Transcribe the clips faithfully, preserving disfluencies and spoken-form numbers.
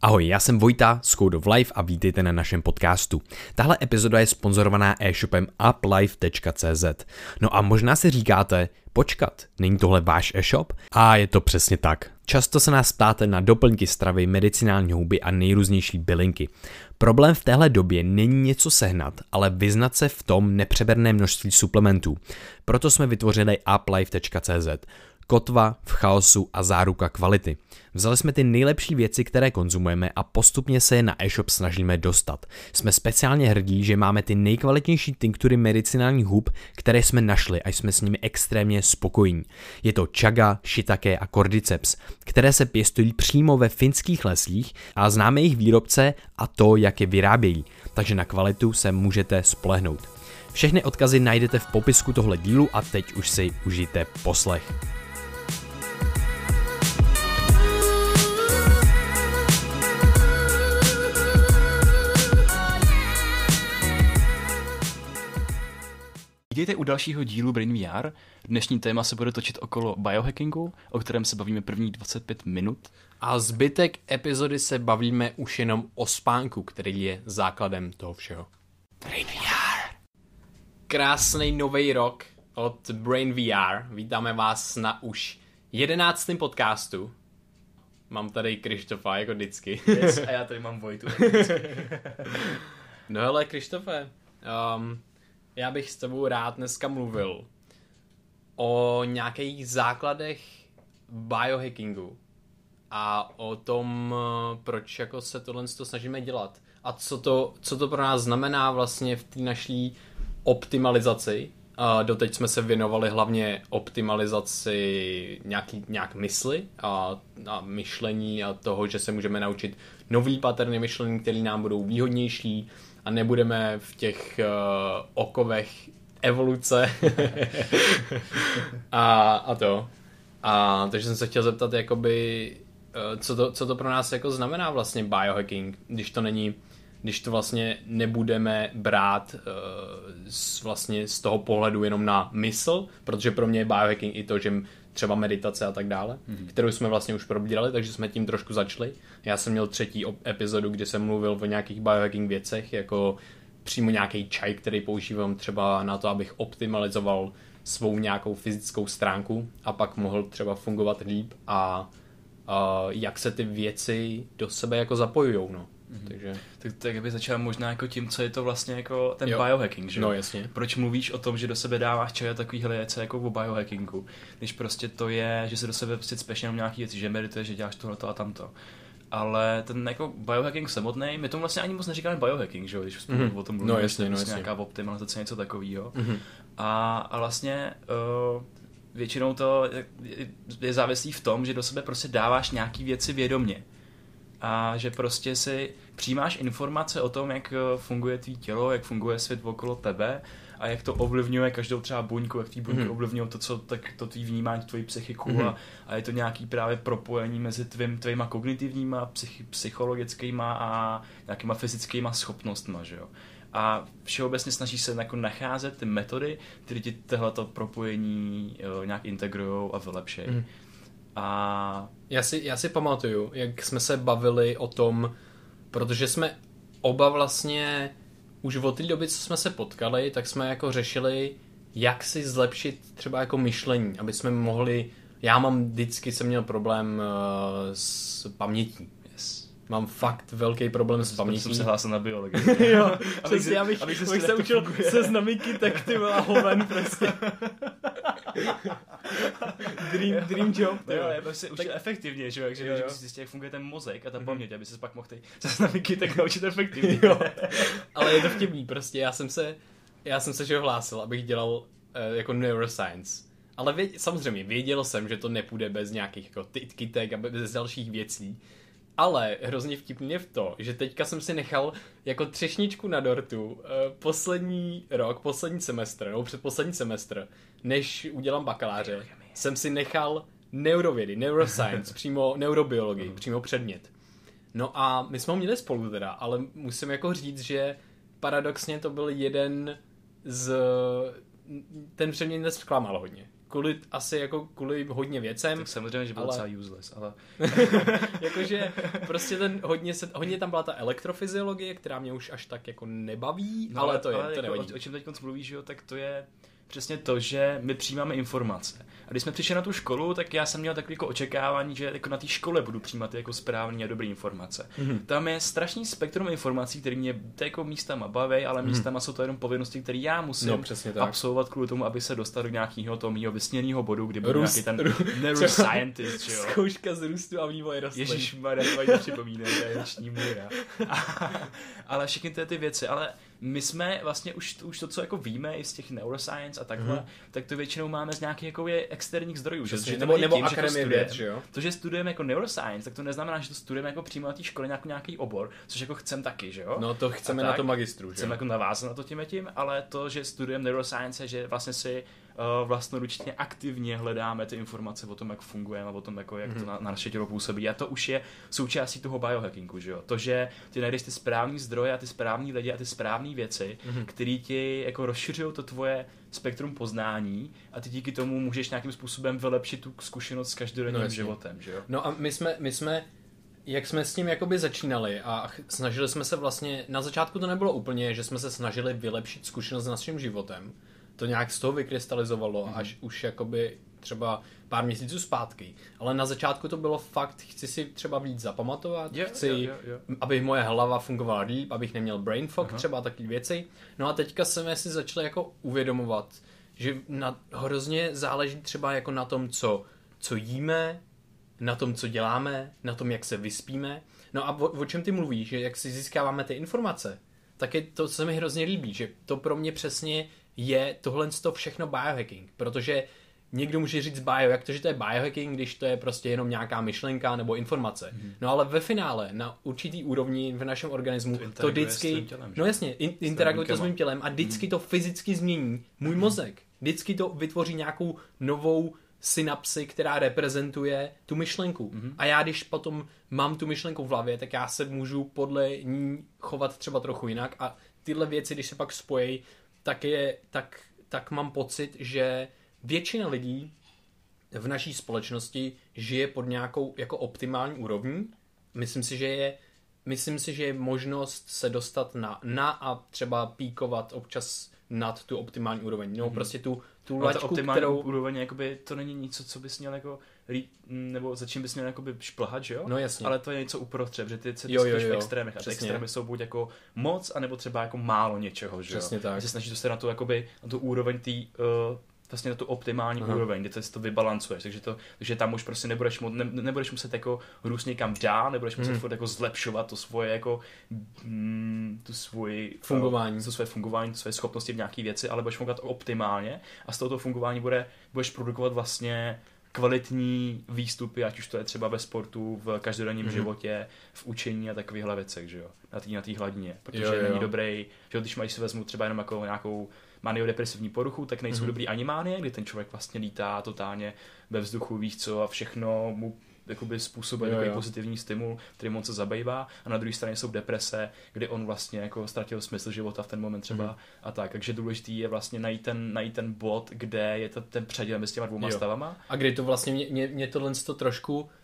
Ahoj, já jsem Vojta z Code of Life a vítejte na našem podcastu. Tahle epizoda je sponzorovaná e-shopem uplife tečka cé zet. No a možná si říkáte, počkat, není tohle váš e-shop? A je to přesně tak. Často se nás ptáte na doplňky stravy, medicinální houby a nejrůznější bylinky. Problém v téhle době není něco sehnat, ale vyznat se v tom nepřeberné množství suplementů. Proto jsme vytvořili uplife tečka cé zet. Kotva v chaosu a záruka kvality. Vzali jsme ty nejlepší věci, které konzumujeme a postupně se je na e-shop snažíme dostat. Jsme speciálně hrdí, že máme ty nejkvalitnější tinktury medicinálních hub, které jsme našli a jsme s nimi extrémně spokojení. Je to chaga, shiitake a cordyceps, které se pěstují přímo ve finských lesích a známe jejich výrobce a to, jak je vyrábějí, takže na kvalitu se můžete spolehnout. Všechny odkazy najdete v popisku tohle dílu a teď už si užijte poslech. Vítejte u dalšího dílu Brain V R. Dnešní téma se bude točit okolo biohackingu, o kterém se bavíme první dvacet pět minut. A zbytek epizody se bavíme už jenom o spánku, který je základem toho všeho. Brain V R. Krásný nový rok od Brain V R. Vítáme vás na už jedenáctém podcastu. Mám tady Krištofa jako vždycky. Yes, a já tady mám Vojtu. No hele, Krištofe, um, já bych s tebou rád dneska mluvil o nějakých základech biohackingu a o tom, proč jako se tohle snažíme dělat a co to, co to pro nás znamená vlastně v té naší optimalizaci. A doteď jsme se věnovali hlavně optimalizaci nějaký, nějak mysli a, a myšlení a toho, že se můžeme naučit nový paterny myšlení, které nám budou výhodnější a nebudeme v těch uh, okovech evoluce a, a to. A takže jsem se chtěl zeptat, jakoby, uh, co, to, co to pro nás jako znamená vlastně biohacking, když to není, když to vlastně nebudeme brát uh, z, vlastně z toho pohledu jenom na mysl, protože pro mě je biohacking i to, že třeba meditace a tak dále, mm-hmm. kterou jsme vlastně už probírali, takže jsme tím trošku začali. Já jsem měl třetí epizodu, kde jsem mluvil o nějakých biohacking věcech, jako přímo nějaký čaj, který používám třeba na to, abych optimalizoval svou nějakou fyzickou stránku a pak mohl třeba fungovat líp a, a jak se ty věci do sebe jako zapojujou, no. Mm-hmm. Takže... Tak, tak by začal možná jako tím, co je to vlastně jako ten jo. biohacking, že? No jasně. Proč mluvíš o tom, že do sebe dáváš čaj a takovýhle věci jako o biohackingu, když prostě to je, že se do sebe prostě cpeš jenom nějaký věci, že medituješ, že děláš tohleto a tamto. Ale ten jako biohacking samotný, my tomu vlastně ani moc neříkáme biohacking, že? Když mm-hmm. o tom mluvíme, no jasně, no vlastně jasně. nějaká optimalizace, něco takového. Mm-hmm. A, a vlastně uh, většinou to je, je závislý v tom, že do sebe prostě dáváš nějaký věci vědomě. A že prostě si přijímáš informace o tom, jak funguje tvý tělo, jak funguje svět okolo tebe a jak to ovlivňuje každou třeba buňku, jak tvý buňky mm-hmm. ovlivňují to, co, tak to tvý vnímání, tvoji psychiku mm-hmm. a, a je to nějaký právě propojení mezi tvým, tvýma kognitivníma, psych, psychologickýma a nějakýma fyzickýma schopnostma, že jo. A všeobecně snažíš se jako nacházet ty metody, které ti tohleto propojení jo, nějak integrujou a vylepšejí. Mm. A... Já si, já si pamatuju, jak jsme se bavili o tom, protože jsme oba vlastně už od té doby, co jsme se potkali, tak jsme jako řešili, jak si zlepšit třeba jako myšlení, aby jsme mohli, já mám vždycky jsem měl problém uh, s pamětí. Yes. Mám fakt velký problém s pamětí. Jsem se hlásil na biologii. Jo, přesně, já bych, abych se učil seznamy kytek, ty vole, hoven prostě. dream, dream job. No jo, já se učil tak... efektivně, že jo, takže jo, jo. Když zjistil, jak funguje ten mozek a ta paměť, aby se pak mohl ty seznamy kytek naučit efektivně. Jo. Ale je to vtipný, prostě já jsem se, já jsem se že hlásil, abych dělal uh, jako neuroscience. Ale věd, samozřejmě věděl jsem, že to nepůjde bez nějakých jako kytek a bez dalších věcí. Ale hrozně vtipný je v to, že teďka jsem si nechal jako třešničku na dortu uh, poslední rok, poslední semestr, nebo předposlední semestr, než udělám bakaláře, jsem si nechal neurovědy, neuroscience, přímo neurobiologii, přímo předmět. No a my jsme ho měli spolu teda, ale musím jako říct, že paradoxně to byl jeden z... ten předmět mě zklamal hodně. kvůli, asi jako kvůli hodně věcem. Tak samozřejmě, že byl ale... docela useless, ale... Jakože prostě ten hodně, se, hodně tam byla ta elektrofyziologie, která mě už až tak jako nebaví, no, ale to je, ale to jako nevadí. O, o čem teď mluvíš, jo, tak to je přesně to, že my přijímáme informace. A když jsme přišli na tu školu, tak já jsem měl takové jako očekávání, že jako na té škole budu přijímat jako správné a dobré informace. Mm-hmm. Tam je strašný spektrum informací, které mě jako místama baví, ale mm-hmm. místama jsou to jenom povinnosti, které já musím no, absolvovat kvůli tomu, aby se dostal do nějakého toho mýho vysněného bodu, kdy byl nějaký ten neuroscientist, že jo. Zkouška z růstu a vývoje rostlin. Ježišmarja, to mají připomíne, to je noční můra. Ale všechny ty, ty věci, ale my jsme vlastně už, už to, co jako víme i z těch neuroscience a takhle, mm-hmm. tak to většinou máme z nějakých jako externích zdrojů. Že, že nebo nebo tím, akademie věd, že jo? To, že studujeme jako neuroscience, tak to neznamená, že to studujeme jako přímo na té škole nějaký, nějaký obor, což jako chcem taky, že jo? No to chceme na to magistru, že chceme jako navázat na to tím a tím, ale to, že studujeme neuroscience, že vlastně si uh, vlastnoručně aktivně hledáme ty informace o tom, jak fungujeme a o tom, jako, jak mm-hmm. to na, na naše tělo působí. A to už je součástí toho biohackingu, že jo? To, že ty najdeš ty správný zdroje a ty správný lidi a ty správné věci, mm-hmm. který ti jako rozšiřují to tvoje spektrum poznání a ty díky tomu můžeš nějakým způsobem vylepšit tu zkušenost s každodenním no, životem, že jo? No a my jsme, my jsme, jak jsme s tím jakoby začínali a snažili jsme se vlastně, na začátku to nebylo úplně, že jsme se snažili vylepšit zkušenost s naším životem. To nějak z toho vykrystalizovalo mm-hmm. až už jakoby třeba pár měsíců zpátky. Ale na začátku to bylo fakt, chci si třeba víc zapamatovat, yeah, chci, yeah, yeah, yeah. aby moje hlava fungovala líp, abych neměl brain fog, uh-huh. třeba takové věci. No a teďka jsme si začali jako uvědomovat, že na, hrozně záleží třeba jako na tom, co, co jíme, na tom, co děláme, na tom, jak se vyspíme. No a o, o čem ty mluvíš, že jak si získáváme ty informace, tak je to, co se mi hrozně líbí, že to pro mě přesně je tohle všechno biohacking, protože někdo může říct bio, jak to, že to je biohacking, když to je prostě jenom nějaká myšlenka nebo informace. Mm. No ale ve finále, na určitý úrovni v našem organismu, to, to vždycky, tělem, no jasně, in, interaguje to s mým tělem a vždycky mm. to fyzicky změní můj mm. mozek. Vždycky to vytvoří nějakou novou synapsi, která reprezentuje tu myšlenku. Mm. A já, když potom mám tu myšlenku v hlavě, tak já se můžu podle ní chovat třeba trochu jinak a tyhle věci, když se pak spojí, tak, je, tak, tak mám pocit, že většina lidí v naší společnosti žije pod nějakou jako optimální úrovní. Myslím si, že je, myslím si, že je možnost se dostat na, na a třeba píkovat občas nad tu optimální úroveň. No, mm-hmm. prostě tu, tu laťku, optimální kterou... úroveň, jakoby, to není něco, co bys měl jako nebo za čím bys měl jakoby šplhat, že jo? No jasně. Ale to je něco uprostřed, že ty se jo, jo, v jo. extrémech. A ty extrémy jsou buď jako moc, anebo třeba jako málo něčeho, že jo? Přesně tak. A se snažíš se na tu, jakoby, na tu úroveň tý, uh, vlastně na tu optimální Aha. úroveň, kde to vybalancuješ, takže, to, takže tam už prostě nebudeš, ne, nebudeš muset jako růst někam dál, nebudeš muset hmm. jako zlepšovat to svoje jako mm, tu svoji fungování, to svoje fungování, to svoje schopnosti v nějaké věci, ale budeš fungovat optimálně a z tohoto fungování bude, budeš produkovat vlastně kvalitní výstupy, ať už to je třeba ve sportu, v každodenním mm-hmm. životě, v učení a takovýchhle věcech, že jo, na té na té hladině, protože jo, jo. není dobrý, že když máš si vezmu třeba jenom jako nějakou maniodepresivní poruchu, tak nejsou mm-hmm. dobrý ani mánie, kdy ten člověk vlastně lítá totálně ve vzduchu, víš co, a všechno mu jakoby způsobuje takový pozitivní stimul, který moc se zabývá, a na druhé straně jsou deprese, kdy on vlastně jako ztratil smysl života v ten moment třeba mm. a tak. Takže důležitý je vlastně najít ten, najít ten bod, kde je to ten předěl mezi těma dvouma jo. stavama. A kdy to vlastně mě, mě, mě tohle to trošku uh,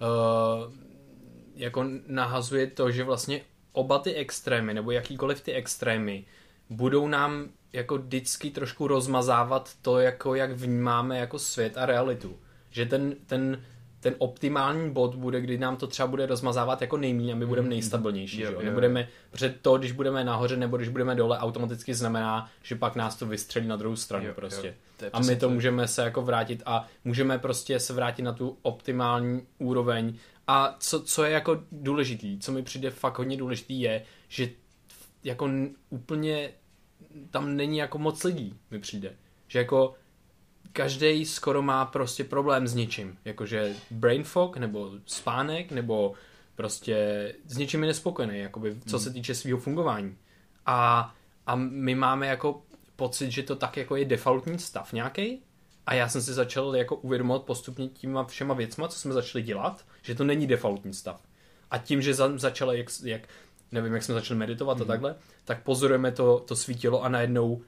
jako nahazuje to, že vlastně oba ty extrémy, nebo jakýkoliv ty extrémy, budou nám jako vždycky trošku rozmazávat to, jako jak vnímáme jako svět a realitu. Že ten, ten ten optimální bod bude, kdy nám to třeba bude rozmazávat jako nejméně a my budeme nejstabilnější. Jo, jo, jo. Nebudeme, protože to, když budeme nahoře nebo když budeme dole, automaticky znamená, že pak nás to vystřelí na druhou stranu jo, prostě. Jo. A my to můžeme se jako vrátit a můžeme prostě se vrátit na tu optimální úroveň. A co, co je jako důležitý, co mi přijde fakt hodně důležitý je, že jako úplně tam není jako moc lidí, mi přijde. Že jako každý skoro má prostě problém s něčím, jakože brain fog, nebo spánek, nebo prostě s něčím je nespokojený, jakoby, co se týče svého fungování. A, a my máme jako pocit, že to tak jako je defaultní stav nějaký. A já jsem si začal jako uvědomovat postupně těma všema věcma, co jsme začali dělat, že to není defaultní stav. A tím, že za, začalo, jak, jak, nevím, jak jsme začali meditovat mm. a takhle, tak pozorujeme to, to svý tělo a najednou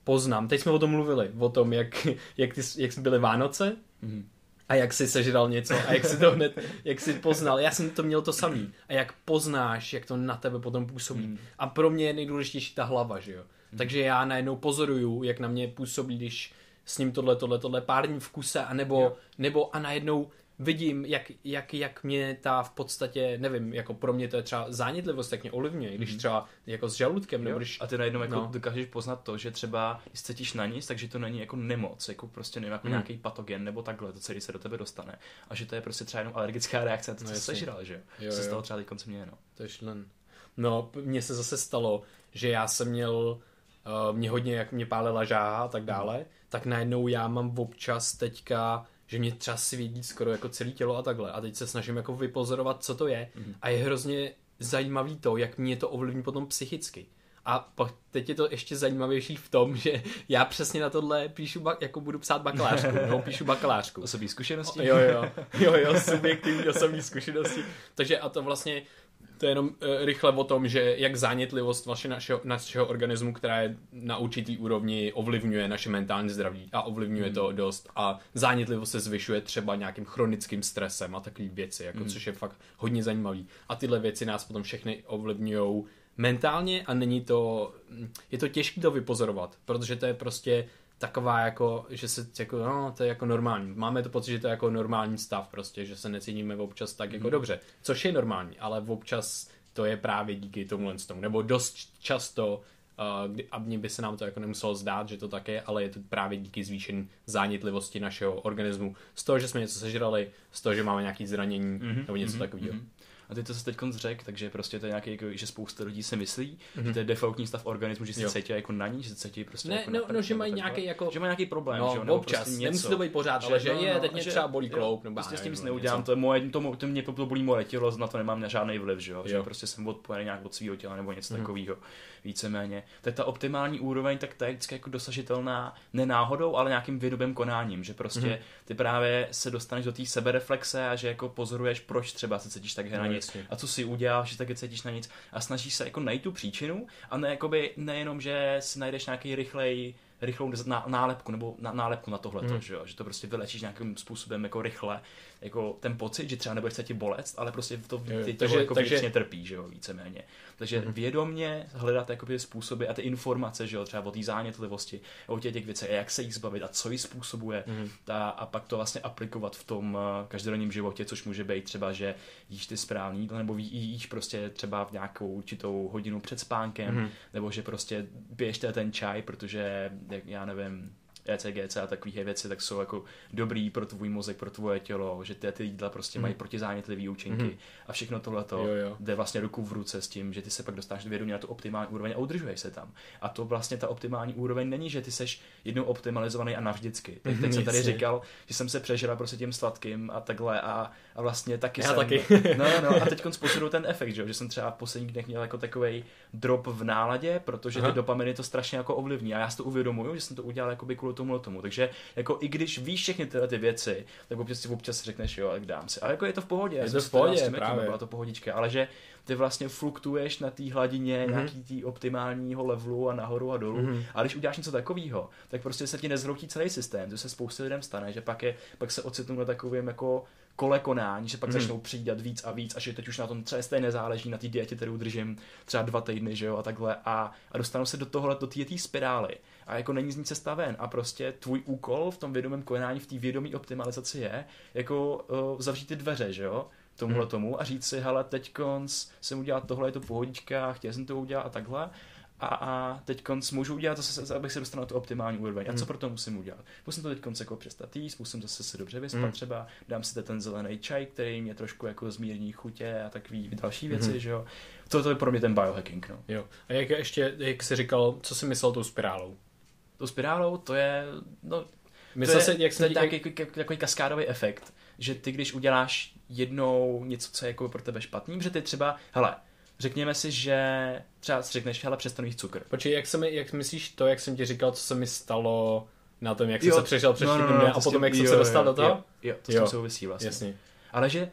poznám, teď jsme o tom mluvili, o tom, jak, jak, ty, jak byly Vánoce, mm-hmm. a jak jsi sežral něco a jak jsi to hned, jak jsi poznal. Já jsem to měl to samý. A jak poznáš, jak to na tebe potom působí. Mm. A pro mě je nejdůležitější ta hlava, že jo. Mm. Takže já najednou pozoruju, jak na mě působí, když s ním tohle, tohle, tohle pár dní v kuse, anebo, nebo a najednou vidím, jak, jak, jak mě ta v podstatě, nevím, jako pro mě to je třeba zánětlivost, jak mě ovlivňuje, když třeba jako s žaludkem, nebo když... A ty najednou jako no. dokážeš poznat to, že třeba, když cítíš na nic, takže to není jako nemoc, jako prostě nevím, jako mm. nějaký patogen, nebo takhle, to celý se do tebe dostane. A že to je prostě třeba jenom alergická reakce na to, co no, jsi sežral, že jo? Se stalo třeba teď konce mě, no. To je šlen. No, mně se zase stalo, že já jsem měl, uh, mě hodně, jak mě pálila žáha a tak dále, mm. tak najednou já mám občas teďka, že mě třeba svědí skoro jako celé tělo a takhle. A teď se snažím jako vypozorovat, co to je. Mm. A je hrozně zajímavý to, jak mě to ovlivní potom psychicky. A pak teď je to ještě zajímavější v tom, že já přesně na tohle píšu, ba- jako budu psát bakalářku, nebo píšu bakalářku. Osobní zkušenosti? Jo, jo, jo, jo, subjektivní osobní zkušenosti. Takže a to vlastně, to je jenom uh, rychle o tom, že jak zánětlivost vlastně našeho, našeho organismu, která je na určitý úrovni, ovlivňuje naše mentální zdraví a ovlivňuje mm. to dost. A zánětlivost se zvyšuje třeba nějakým chronickým stresem a takový věci, jako, mm. což je fakt hodně zajímavý. A tyhle věci nás potom všechny ovlivňujou mentálně a není to, je to těžké to vypozorovat, protože to je prostě taková jako, že se jako, no, to je jako normální. Máme to pocit, že to je jako normální stav prostě, že se necítíme občas tak jako mm. dobře, což je normální, ale občas to je právě díky tomuhle tomu, nebo dost často, uh, kdy, a mně by se nám to jako nemuselo zdát, že to tak je, ale je to právě díky zvýšení zánětlivosti našeho organismu, z toho, že jsme něco sežrali, z toho, že máme nějaké zranění, mm-hmm. nebo něco mm-hmm. takového. Mm-hmm. A ty to se teď řekl, takže prostě to je nějaký, jako, že spousta lidí si myslí, mm-hmm. že to je defaultní stav organismu, že se cítí jako na ní, že se cítí prostě ne, jako no, na no, že mají nějaký jako... Že mají nějaký problém, no, že jo, nebo občas, prostě nemusí to být pořád, že, ale že no, je, teď mě že, třeba bolí kloub, nebo prostě s tím nic neudělám, to, je moje, to, to mě to bolí moje tělo, na to nemám žádný vliv, že jo, že prostě jsem odpojený nějak od svého těla nebo něco mm-hmm. takového, víceméně. Tak ta optimální úroveň, tak ta je vždycky jako dosažitelná ne náhodou, ale nějakým vědomým konáním, že prostě mm-hmm. ty právě se dostaneš do té sebereflexe a že jako pozoruješ, proč třeba se cítíš tak na nic a co si uděláš, že taky cítíš na nic a snažíš se jako najít tu příčinu a ne jakoby nejenom, že si najdeš nějaký rychlej rychlou nálepku nebo nálepku na tohleto, mm. že, jo? Že to prostě vylečíš nějakým způsobem jako rychle, jako ten pocit, že třeba nebudeš se ti bolest, ale prostě to ty takže, toho jako takže... vnitřně trpí, že jo, víceméně. Takže mm. vědomně hledat jakoby způsoby a ty informace, že jo, třeba o té zánětlivosti, o těch těch věcech, jak se jich zbavit a co ji způsobuje mm. ta, a pak to vlastně aplikovat v tom každodenním životě, což může být třeba, že jíš ty správný jídlo, nebo jíš prostě třeba v nějakou určitou hodinu před spánkem, mm. nebo že prostě piješ ten čaj, protože já nevím, E C G C a takové věci, tak jsou jako dobrý pro tvůj mozek, pro tvoje tělo, že ty, ty jídla prostě mm. mají protizánětlivý účinky mm. a všechno tohleto jde vlastně ruku v ruce s tím, že ty se pak dostáš vědomě na tu optimální úroveň a udržuješ se tam. A to vlastně ta optimální úroveň není, že ty seš jednou optimalizovaný a navždycky. Teď, teď jsem tady říkal, že jsem se přežral prostě tím sladkým a takhle a, a vlastně taky Já jsem... taky. No, no, a teď pozoruju ten efekt, že, že jsem třeba v posledních dnech měl jako takovej drop v náladě, protože Aha. ty dopaminy to strašně jako ovlivní a já si to uvědomuju, že jsem to udělal jakoby kvůli tomu tomu. Takže jako i když víš všechny tyhle ty věci, tak občas si občas řekneš, jo, tak dám si. Ale jako je to v pohodě. Je to v pohodě, právě. Byla to pohodička, ale že ty vlastně fluktuješ na té hladině mm-hmm. nějaký tý optimálního levelu a nahoru a dolů. Mm-hmm. A když uděláš něco takového, tak prostě se ti nezhroutí celý systém. To se spoustě lidem stane, že pak, je, pak se ocitnou na takovém jako kole konání, že pak mm. začnou přijídat víc a víc a že teď už na tom třeba stejně nezáleží na té dietě, kterou držím třeba dva týdny, že jo, a takhle a, a dostanou se do tohohle, do té spirály a jako není z ní cesta ven a prostě tvůj úkol v tom vědomém konání, v té vědomé optimalizaci je jako uh, zavřít ty dveře, že jo, tomuhle mm. tomu a říct si, hele, teďkonc jsem udělal tohle, je to pohodička, chtěl jsem to udělat a takhle. A, a teď konc můžu udělat zase, abych se dostal na tu optimální úroveň. A co pro to musím udělat? Musím to teď konc jako přestat jíst, musím zase se dobře vyspat mm. třeba, dám si ten zelený čaj, který mě trošku jako zmírní chutě a takový další věci, mm. že jo. To, to je pro mě ten biohacking, no. Jo. A jak ještě, jak jsi říkal, co jsi myslel tou spirálou? Tou spirálou, to je, no, Myslel to je, se, jak to je takový, takový kaskádový efekt, že ty když uděláš jednou něco, co je jako pro tebe špatný, že ty třeba, hele, řekněme si, že třeba si řekneš, hele, přestanu jíst cukr. Počkej, jak, se mi, jak myslíš to, jak jsem ti říkal, co se mi stalo na tom, jak jo, jsem se přešel přes no, no, no, a potom, jak jo, jsem se dostal jo, do toho? Jo, jo to jo, s tím souvisí vlastně. Jasně. Ale že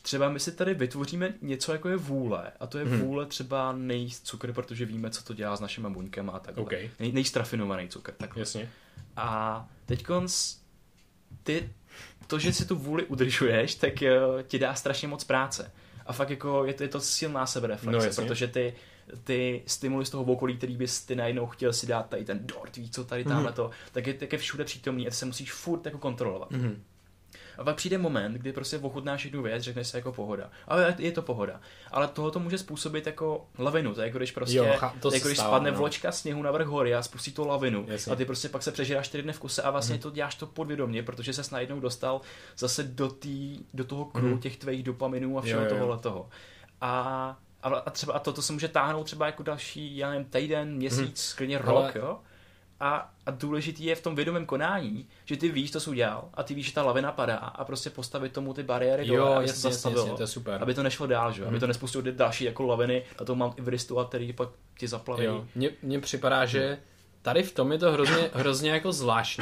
třeba my si tady vytvoříme něco, jako je vůle, a to je hmm. vůle třeba nejíst cukr, protože víme, co to dělá s našimi buňkama a takhle. Okay. Nej, nejíst rafinovaný cukr. Takhle. Jasně. A teďkonc ty, to, že si tu vůli udržuješ, tak uh, ti dá strašně moc práce. A fakt jako je to, je to silná sebereflexe, no, protože ty, ty stimuly z toho okolí, který bys ty najednou chtěl si dát tady ten dort, víc co tady tamhle to, tak je, tak je všude přítomný a ty se musíš furt jako kontrolovat. Mm-hmm. A pak přijde moment, kdy prostě ochutnáš jednu věc, řekneš si jako pohoda. Ale je to pohoda. Ale toho to může způsobit jako lavinu. To je jako když prostě, jo, to jako když stává, spadne no. vločka sněhu na vrch hory a spustí to lavinu. Jasně. A ty prostě pak se přežíráš čtyři dny v kuse a vlastně mm. to děláš to podvědomě, protože ses najednou dostal zase do, tý, do toho kruhu mm. těch tvých dopaminů a všeho tohohle toho. A, a třeba a to, to se může táhnout třeba jako další, já nevím, týden, měsíc, mm. klidně rok, ale... jo. A, a důležitý je v tom vědomém konání, že ty víš, co jsi udělal a ty víš, že ta lavina padá a prostě postavit tomu ty bariéry dole, aby se zastavilo, to je super. aby to nešlo dál, že? Mm. aby to nespustilo další jako laviny a to mám i Everestu, a který pak ti zaplaví. Mně, mně připadá, že tady v tom je to hrozně, hrozně jako zvláštní,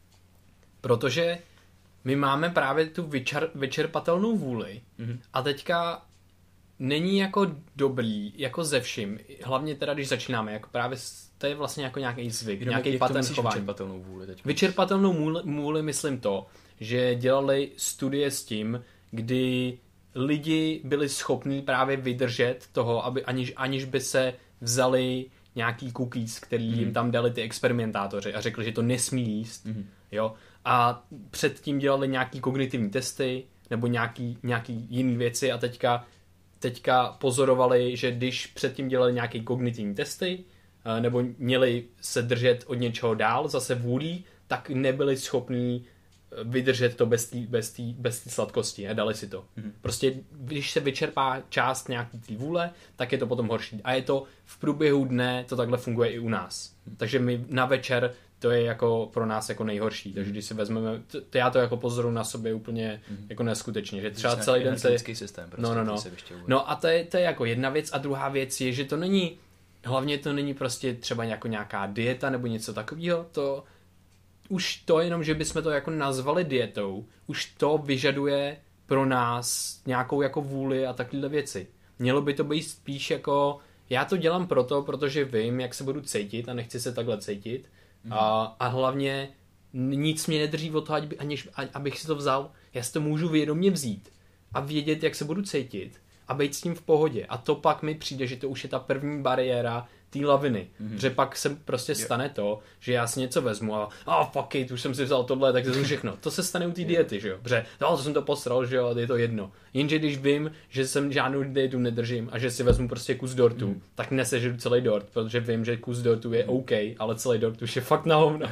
protože my máme právě tu vyčer, vyčerpatelnou vůli mm. a teďka není jako dobrý, jako ze vším, hlavně teda, když začínáme, jako právě to je vlastně jako nějaký zvyk, nějaký patent chování. Vyčerpatelnou vůli teď? Vyčerpatelnou můli, můli myslím to, že dělali studie s tím, kdy lidi byli schopní právě vydržet toho, aby aniž, aniž by se vzali nějaký cookies, který mm. jim tam dali ty experimentátoři a řekli, že to nesmí jíst. Mm. Jo? A předtím dělali nějaký kognitivní testy nebo nějaký, nějaký jiný věci a teďka, teďka pozorovali, že když předtím dělali nějaký kognitivní testy nebo měli se držet od něčeho dál, zase vůlí, tak nebyli schopní vydržet to bez té bez tý, bez tý sladkosti a dali si to. Mm. Prostě když se vyčerpá část nějaký té vůle, tak je to potom horší. A je to v průběhu dne, to takhle funguje i u nás. Mm. Takže my na večer to je jako pro nás jako nejhorší. Takže když si vezmeme, to, to já to jako pozoruju na sobě úplně mm. jako neskutečně, že třeba celý den se... systém, prostě, no, no, no. no a to je, to je jako jedna věc a druhá věc je, že to není, hlavně to není prostě třeba jako nějaká dieta nebo něco takového, to už to jenom, že bychom to jako nazvali dietou, už to vyžaduje pro nás nějakou jako vůli a takovéhle věci. Mělo by to být spíš jako, já to dělám proto, protože vím, jak se budu cítit a nechci se takhle cítit mm. a, a hlavně nic mě nedrží od toho, aniž, abych si to vzal. Já si to můžu vědomě vzít a vědět, jak se budu cítit a být s tím v pohodě. A to pak mi přijde, že to už je ta první bariéra té laviny. Mm-hmm. Že pak se prostě stane yeah. to, že já si něco vezmu a oh, fuck it, už jsem si vzal tohle, tak to je všechno. To se stane u té diety, že jo. Protože no, to jsem to posral, že jo, je to jedno. Jenže když vím, že jsem žádnou dietu nedržím a že si vezmu prostě kus dortu, mm. tak nesežeru celý dort, protože vím, že kus dortu je OK, ale celý dort už je fakt na hovno.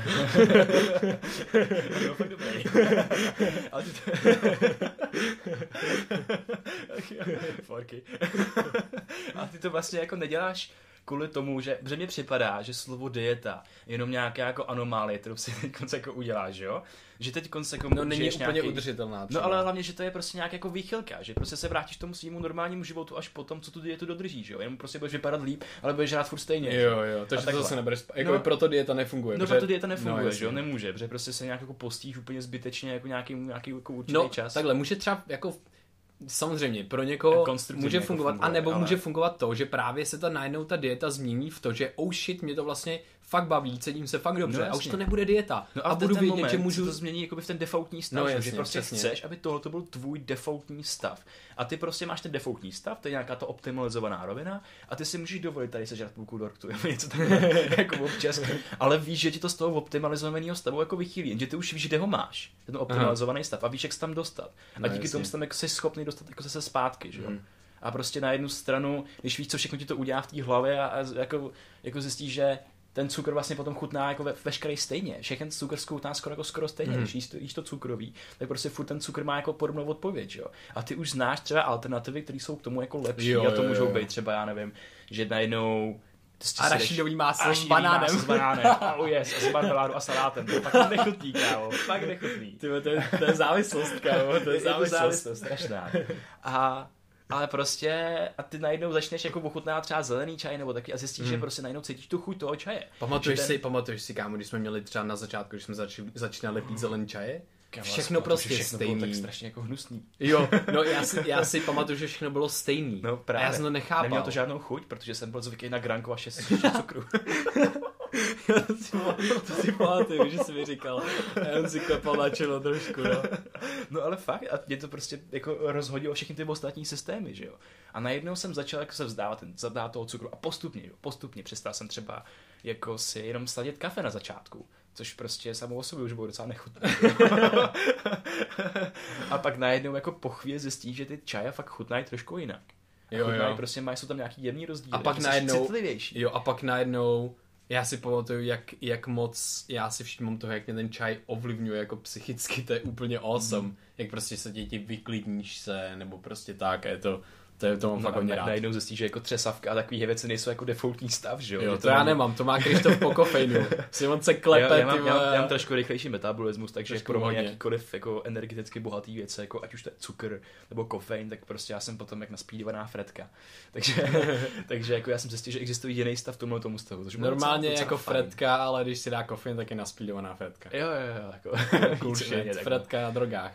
No, fakt dobrý. Ale ty to... Forky. A ty to vlastně jako neděláš kvůli tomu, že, že mně připadá, že slovo dieta je jenom nějaká jako anomálie, kterou si teď konce jako uděláš, jo? Že teď konce jako no, není úplně nějaký... udržitelná. Třeba. No ale hlavně, že to je prostě nějaká jako výchylka, že prostě se vrátíš tomu svýmu normálnímu životu až potom, co tu dietu dodržíš, jo? Jenom prostě budeš vypadat líp, ale budeš žrát furt stejně. Jo, jo, takže to zase nebereš, jako no, proto dieta nefunguje. No protože... proto dieta nefunguje, no, že jo? Nemůže, protože prostě se nějak jako postíš úplně zbytečně jako nějaký, nějaký jako určitý no, čas. Takhle, může třeba jako samozřejmě, pro někoho může fungovat, funguje, anebo ale... může fungovat to, že právě se ta najednou ta dieta změní v to, že oh shit, mě to vlastně fakt baví, cítím se fakt dobře no, a už to nebude dieta. No a, a budu vědět, moment, že můžu... to změní jako v ten defaultní stav, no, že, jasně, že prostě přesně. chceš, aby tohle to byl tvůj defaultní stav. A ty prostě máš ten defaultní stav, to je nějaká ta optimalizovaná rovina a ty si můžeš dovolit tady sežrat půlku dortu, něco takové, jako občas, ale víš, že ti to z toho optimalizovaného stavu jako vychýlí, jenže ty už víš, kde ho máš, ten optimalizovaný stav a víš, jak se tam dostat. A díky no, tomu jsi tam jako jsi schopný dostat jako zase zpátky, že jo. Hmm. A prostě na jednu stranu, když víš, co všechno ti to udělá v té hlavě a, a jako, jako zjistíš, že ten cukr vlastně potom chutná jako ve, veškerý stejně. Všechny cukr chutná skoro jako skoro stejně. Mm. Když jíš to, jíš to cukrový, tak prostě furt ten cukr má jako podobnou odpověď, jo. A ty už znáš třeba alternativy, které jsou k tomu jako lepší jo, a to jo, můžou jo. být třeba, já nevím, že najednou arašidový máslo s banánem. S banánem. Oh yes, a s marmeládou a salátem. To je fakt nechutný, kámo. Fakt nechutný. Tyvo, to, je, to je závislost, kámo. To je závislost. závislost strašná. A ale prostě a ty najednou začneš jako ochutnávat třeba zelený čaj nebo taky a zjistíš, hmm. že prostě najednou cítíš tu chuť toho čaje. Pamatuješ ten... si, pamatuješ si, kámo, když jsme měli třeba na začátku, když jsme začali, začínali pít zelený čaje všechno prostě všechno stejný. Bylo tak strašně jako hnusný. Jo, no já si, já si pamatuju, že všechno bylo stejný. No právě. A já jsem to nechápal. Neměl to žádnou chuť, protože jsem byl zvyklý na granko a šest cukru. to, si, to si pamatuju, že jsi mi říkal. A já jsem si klepal na čelo trošku, no. No ale fakt, a mě to prostě jako rozhodilo všechny ty ostatní systémy, že jo. A najednou jsem začal jako se vzdávat, ten, vzdávat toho cukru a postupně, jo, postupně přestal jsem třeba jako si jenom sladit kafe na začátku, což prostě samou o sobě už bylo docela nechutné. A pak najednou jako po chvíli zjistíš, že ty čaje fakt chutnají trošku jinak. A Jo, chutnají, jo. prostě mají, jsou tam nějaký jemný rozdíly. A pak že jsi najednou, citlivější. jo, a pak najednou, já si pamatuju, jak, jak moc já si všimnu toho, jak mě ten čaj ovlivňuje jako psychicky, to je úplně awesome. Mm. Jak prostě se děti vyklidníš se, nebo prostě tak, a je to, to je to mám No fakt a hodně na- rád. najednou zjistíš, že jako třesavka a takový věci nejsou jako defaultní stav, že jo? Jo, Že to, to já nemám, to má Krištof po kofeinu. Si on se klepe, já, já, mám, ty já, mám, vole. já mám trošku rychlejší metabolismus, takže Trošku pro mě hodně. jakýkoliv jako energeticky bohatý věci, jako ať už to je cukr nebo kofein, tak prostě já jsem potom jak naspídovaná Fredka. Takže, takže jako já jsem zjistil, že existuje jiný stav tomhle tomu stavu. což bylo Normálně docela- jako docela fajn. Fredka, ale když si dá kofein, tak je naspídovaná Fredka. Jo, jo, jo, jako Cool víceméně shit, takhle. Fredka na drogách.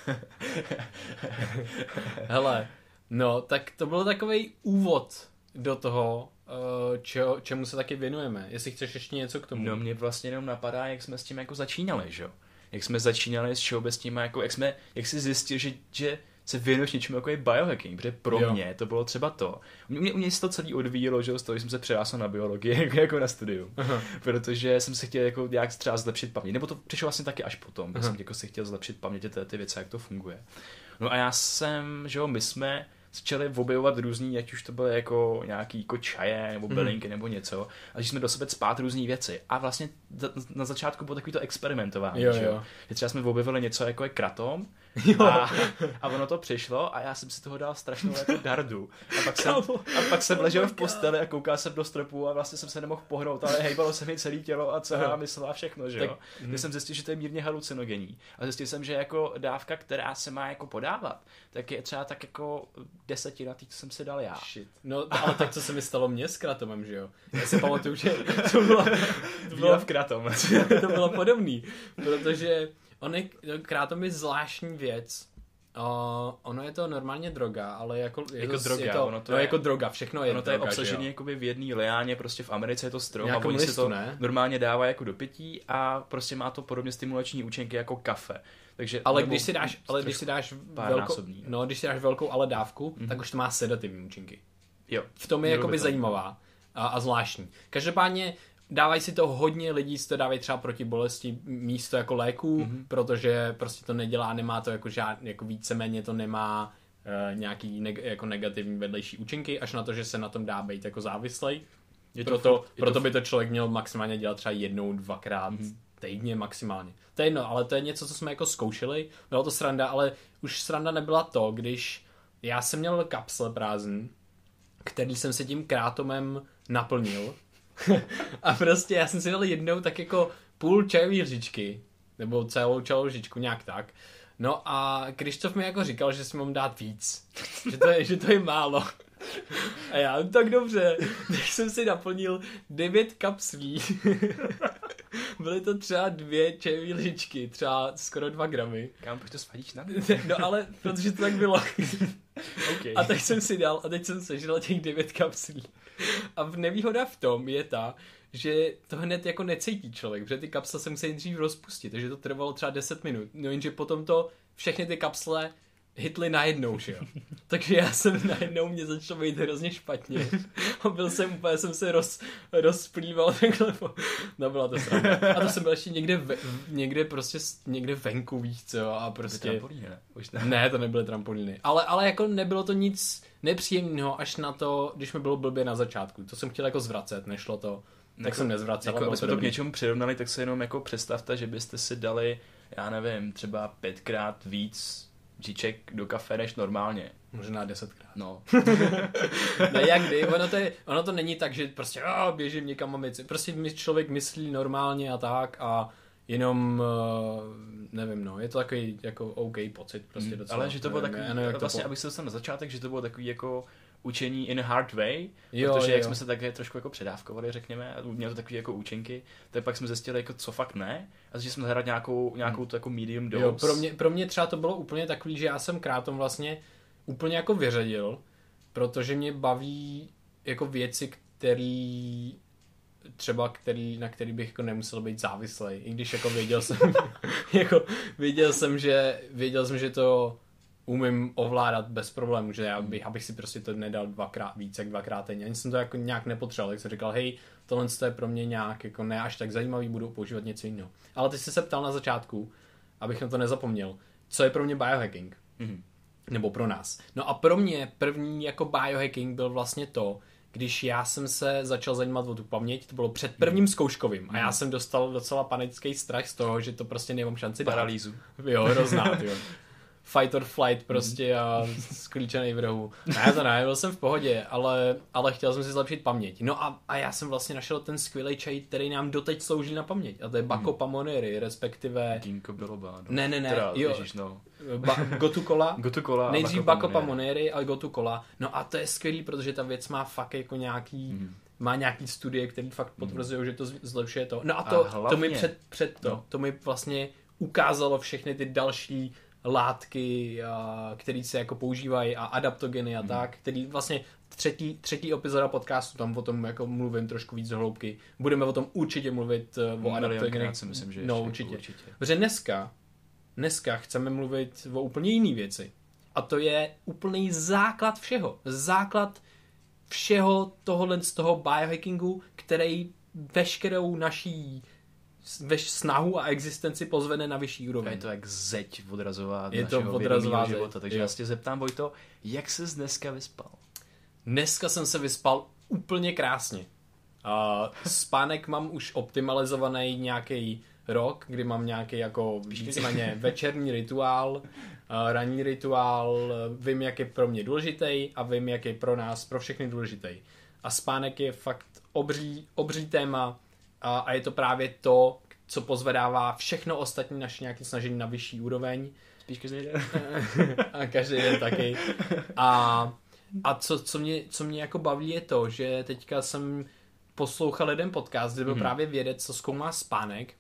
Hele, no, tak to byl takový úvod do toho, eh, čo, čemu se taky věnujeme. Jestli chceš ještě něco k tomu. No mě vlastně jenom napadá, jak jsme s tím jako začínali, že jo? Jak jsme začínali s všeobecnýma, jako jak jsme, jak jsi zjistil, že, že se věnuješ něčemu jako je biohacking, protože pro Jo. mě to bylo třeba to. U mě, u mě se to celý odvíjelo, že jo, z toho, že jsem se přihlásil na biologii, jako, jako na studium. Aha. Protože jsem si chtěl jako nějak třeba zlepšit paměť, nebo to přišlo vlastně taky až potom, že Aha. jsem jako si chtěl zlepšit paměť ty, ty věci, jak to funguje. No a já jsem, že jo, my jsme začali objevovat různý, ať už to byly jako nějaký jako čaje, nebo bylinky, nebo něco, a že jsme do sebe spát různý věci. A vlastně za- na začátku bylo takový to experimentování, Jo, že jo. jo. Že třeba jsme objevili něco jako je kratom, Jo. a, a ono to přišlo a já jsem si toho dal strašnou jako dardu. A pak jsem, a pak jsem ležel v posteli a koukal jsem do stropu a vlastně jsem se nemohl pohnout, ale hejbalo se mi celé tělo a celá mysl a všechno, že jo. Tak- Když jsem zjistil, že to je mírně halucinogenní. A zjistil jsem, že jako dávka, která se má jako podávat, tak je třeba tak jako desetina tý, co jsem si dal já. Shit. No, ale tak co se mi stalo mně s kratomem, že jo? Já si pamatuju, že to bylo, to Víla bylo, v kratom. to bylo podobný, protože on je, krátom je zvláštní věc. Uh, ono je to normálně droga, ale jako, je Jako to, droga, je to, ono to no, je- jako droga, všechno je Ono to droga, je obsažené že jo? jakoby v jedné liáně, prostě v Americe je to strom Nějakou a oni si listu, to ne? normálně dává jako do pití a prostě má to podobně stimulační účinky jako kafe. Takže, Ale nebo když si dáš, ale když si dáš velkou, párnásobný, no. no, když si dáš velkou ale dávku, mm-hmm. tak už to má sedativní účinky. Jo. V tom je Mělo jakoby by to. zajímavá a, a zvláštní. Každopádně dávají si to hodně lidí, si to dávají třeba proti bolesti místo jako léků, mm-hmm. protože prostě to nedělá, nemá to jako žádný, jako víceméně to nemá uh, nějaký neg- jako negativní vedlejší účinky, až na to, že se na tom dá být jako závislej. Je to Proto, furt- je proto to by to člověk měl maximálně dělat třeba jednou, dvakrát mm-hmm. týdně maximálně. To je jedno, ale to je něco, co jsme jako zkoušeli. Bylo to sranda, ale už sranda nebyla to, když já jsem měl kapsle prázdný, který jsem se tím krátomem naplnil. A prostě já jsem si dal jednou tak jako půl čajové lžičky, nebo celou čajovou lžičku, nějak tak. No a Krištof mi jako říkal, že si mám dát víc. Že to je, že to je málo. A já, tak dobře, tak jsem si naplnil devět kapslí. Byly to třeba dvě čajové lžičky, třeba skoro dva gramy. Kam, proč to svadíš na? No ale, protože to tak bylo. Okay. A tak jsem si dal, a teď jsem sežral těch devět kapslí. A v nevýhoda v tom je ta, že to hned jako necítí člověk, protože ty kapsle se musí nejdřív rozpustit, takže to trvalo třeba deset minut. No jenže potom to všechny ty kapsle hitly najednou, že jo. Takže já jsem najednou, mě začalo být hrozně špatně. A byl jsem úplně, jsem se roz, rozplýval takhle. No byla to sranda. A to jsem byl ještě někde, ve, někde prostě, někde venku, víš co, a prostě... Trampolíny, ne? Už ne. Ne, to nebyly trampolíny. Ale, ale jako nebylo to nic nepříjemného, až na to, když mi bylo blbě na začátku. To jsem chtěl jako zvracet, nešlo to. Tak Jako- jsem nezvracel. Jako, Jako, aby jsme to k dobrý. něčemu přirovnali, tak se jenom jako představte, že byste si dali, já nevím, třeba pětkrát víc říček do kafe než normálně. Možná desetkrát. No. Ne, jak kdy, ono to, je, ono to není tak, že prostě oh, běžím někam a myci. Prostě my- člověk myslí normálně a tak a jenom, uh, nevím, no, je to takový jako OK pocit. Prostě docela, Ale že to bylo nevím, takový, já nevím, jak to vlastně, po- abych se dostal na začátek, že to bylo takový jako učení in a hard way, jo, protože jo. jak jsme se také trošku jako předávkovali, řekněme, a mělo to takové jako účinky, tak pak jsme zjistili, jako co fakt ne, a začali jsme hrát nějakou, nějakou to jako medium dose. Jo, pro mě, pro mě třeba to bylo úplně takový, že já jsem krátom vlastně úplně jako vyřadil, protože mě baví jako věci, který třeba který, na který bych jako nemusel být závislý, i když jako věděl jsem, jako věděl jsem, že věděl jsem, že to umím ovládat bez problémů, že já bych, abych si prostě to nedal dvakrát víc, jak dvakrát denně. Ani jsem to jako nějak nepotřeboval, tak jsem říkal, hej, tohle je pro mě nějak jako ne až tak zajímavý, budu používat něco jiného. Ale ty jsi se ptal na začátku, abych na to nezapomněl, co je pro mě biohacking? Mm-hmm. Nebo pro nás. No a pro mě první jako biohacking byl vlastně to, když já jsem se začal zajímat o tu paměť, to bylo před prvním zkouškovým a já jsem dostal docela panický strach z toho, že to prostě nemám šanci dát. Paralýzu. Jo, hrozná, jo. Fight or flight prostě a sklíčený v rohu. Ne, to ne, byl jsem v pohodě, ale, ale chtěl jsem si zlepšit paměť. No a, a já jsem vlastně našel ten skvělý čaj, který nám doteď slouží na paměť. A to je Bacopa Moneri, respektive... Ginkgo biloba. No. Ne, ne, ne. Teda, jo. Ježiš, no. Ba- Gotu Kola. Gotu Kola. Nejdřív Bacopa Moneri a Gotu Kola. No a to je skvělý, protože ta věc má fakt jako nějaký... Mm. Má nějaký studie, které fakt potvrzují, mm. že to zlepšuje to. No a to, a hlavně, to mi před, před to, no. to mi vlastně ukázalo všechny ty další látky, které se jako používají a adaptogeny a mm. tak, který vlastně třetí, třetí epizoda podcastu, tam o tom jako mluvím trošku víc do hloubky. Budeme o tom určitě mluvit mm, o adaptogenech. Si myslím, že no, určitě. určitě. Protože dneska, dneska chceme mluvit o úplně jiný věci. A to je úplný základ všeho. Základ všeho tohohle z toho biohackingu, který veškerou naší veš snahu a existenci pozvene na vyšší úroveň. Je to jak zeď odrazová je to odrazová života. Takže jo. Já se tě zeptám, Vojto, jak ses dneska vyspal? Dneska jsem se vyspal úplně krásně. Uh, spánek mám už optimalizovaný nějaký rok, kdy mám nějaký jako víceméně večerní rituál, uh, ranní rituál, vím, jak je pro mě důležitý a vím, jak je pro nás, pro všechny důležitý. A spánek je fakt obří, obří téma a, a je to právě to, co pozvedává všechno ostatní naše nějaké snažení na vyšší úroveň. Spíš každý den. A každý den taky. A, a co, co, mě, co mě jako baví je to, že teďka jsem poslouchal jeden podcast, kde byl hmm. právě vědec, co zkoumá spánek.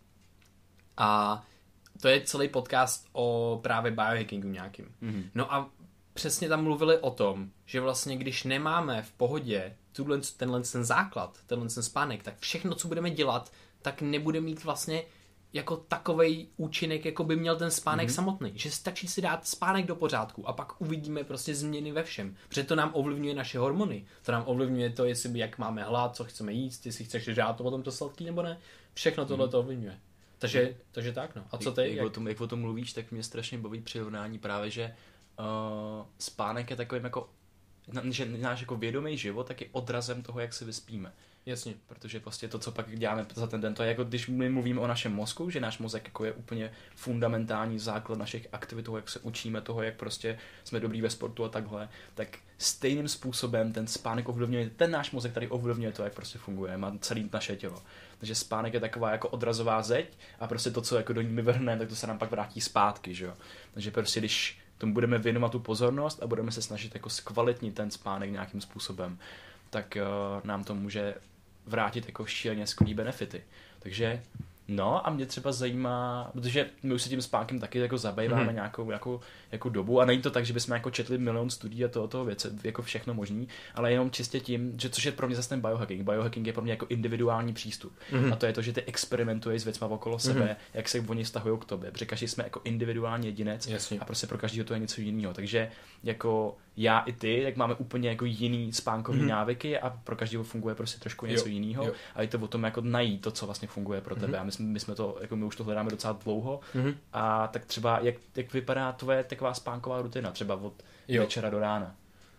A to je celý podcast o právě biohackingu nějakým. Mm-hmm. No a přesně tam mluvili o tom, že vlastně když nemáme v pohodě tuhle, tenhle ten základ, tenhle ten spánek, tak všechno, co budeme dělat, tak nebude mít vlastně jako takovej účinek, jako by měl ten spánek mm-hmm. samotný. Že stačí si dát spánek do pořádku a pak uvidíme prostě změny ve všem. Protože to nám ovlivňuje naše hormony. To nám ovlivňuje to, jestli jak máme hlad, co chceme jíst, jestli chceš žát to potom to sladký nebo ne. Všechno tohle to ovlivňuje. Takže, takže tak, no. A co ty? Jak, jak... jak, o tom, jak o tom mluvíš, tak mě strašně baví přirovnání právě, že uh, spánek je takovým jako, že náš jako vědomý život tak je odrazem toho, jak se vyspíme. Jasně. Protože prostě to, co pak děláme za ten den, to je jako, když my mluvíme o našem mozku, že náš mozek jako je úplně fundamentální základ našich aktivit, toho, jak se učíme, toho, jak prostě jsme dobrý ve sportu a takhle, tak stejným způsobem ten spánek ovlivňuje, ten náš mozek tady ovlivňuje to, jak prostě funguje, má celé naše tělo. Takže spánek je taková jako odrazová zeď a prostě to, co jako do ní my vrhneme, tak to se nám pak vrátí zpátky, že jo. Takže prostě když tomu budeme věnovat tu pozornost a budeme se snažit jako zkvalitnit ten spánek nějakým způsobem, tak uh, nám to může vrátit jako šíleně skvělý benefity. Takže no a mě třeba zajímá, protože my už se tím spánkem taky jako zabýváme mm-hmm. nějakou jako, jako dobu a není to tak, že bychom jako četli milion studií a toho, toho věci, jako všechno možný, ale jenom čistě tím, že což je pro mě zase ten biohacking. Biohacking je pro mě jako individuální přístup. Mm-hmm. A to je to, že ty experimentuješ s věcma okolo mm-hmm. sebe, jak se oni vztahují k tobě, protože každý jsme jako individuální jedinec. Jasně. A prostě pro každého to je něco jiného. Takže jako já i ty, tak máme úplně jako jiný spánkový mm-hmm. návyky a pro každého funguje prostě trošku něco jiného. A je to o tom jako najít to, co vlastně funguje pro tebe. Mm-hmm. A my jsme, my jsme to, jako my už to hledáme docela dlouho. Mm-hmm. A tak třeba, jak, jak vypadá tvoje taková spánková rutina, třeba od jo. večera do rána?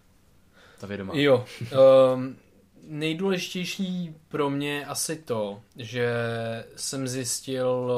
Ta vědomá. Jo. Um, nejdůležitější pro mě asi to, že jsem zjistil,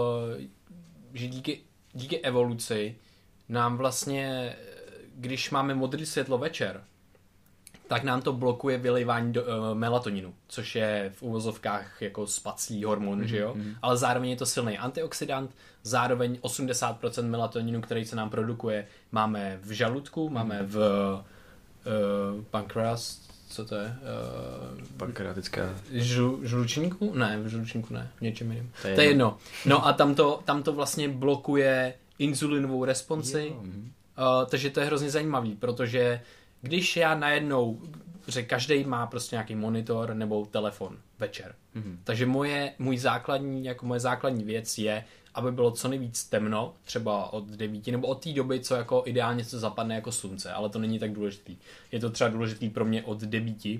že díky, díky evoluci nám vlastně, když máme modré světlo večer, tak nám to blokuje vylejvání do, uh, melatoninu, což je v uvozovkách jako spací hormon, mm-hmm. že jo? Ale zároveň je to silný antioxidant, zároveň osmdesát procent melatoninu, který se nám produkuje, máme v žaludku, mm-hmm. máme v uh, pankreas, co to je? Uh, Pankreatická. Žlu, žlučníku? Ne, v žlučníku ne, v něčem jiném. To je to je jedno. No a tam to, tam to vlastně blokuje inzulinovou responsi, uh, takže to je hrozně zajímavý, protože když já najednou, že každý má prostě nějaký monitor nebo telefon večer, mm-hmm. takže moje, můj základní, jako moje základní věc je, aby bylo co nejvíc temno, třeba od devíti, nebo od té doby, co jako ideálně se zapadne jako slunce, ale to není tak důležitý. Je to třeba důležitý pro mě od devíti.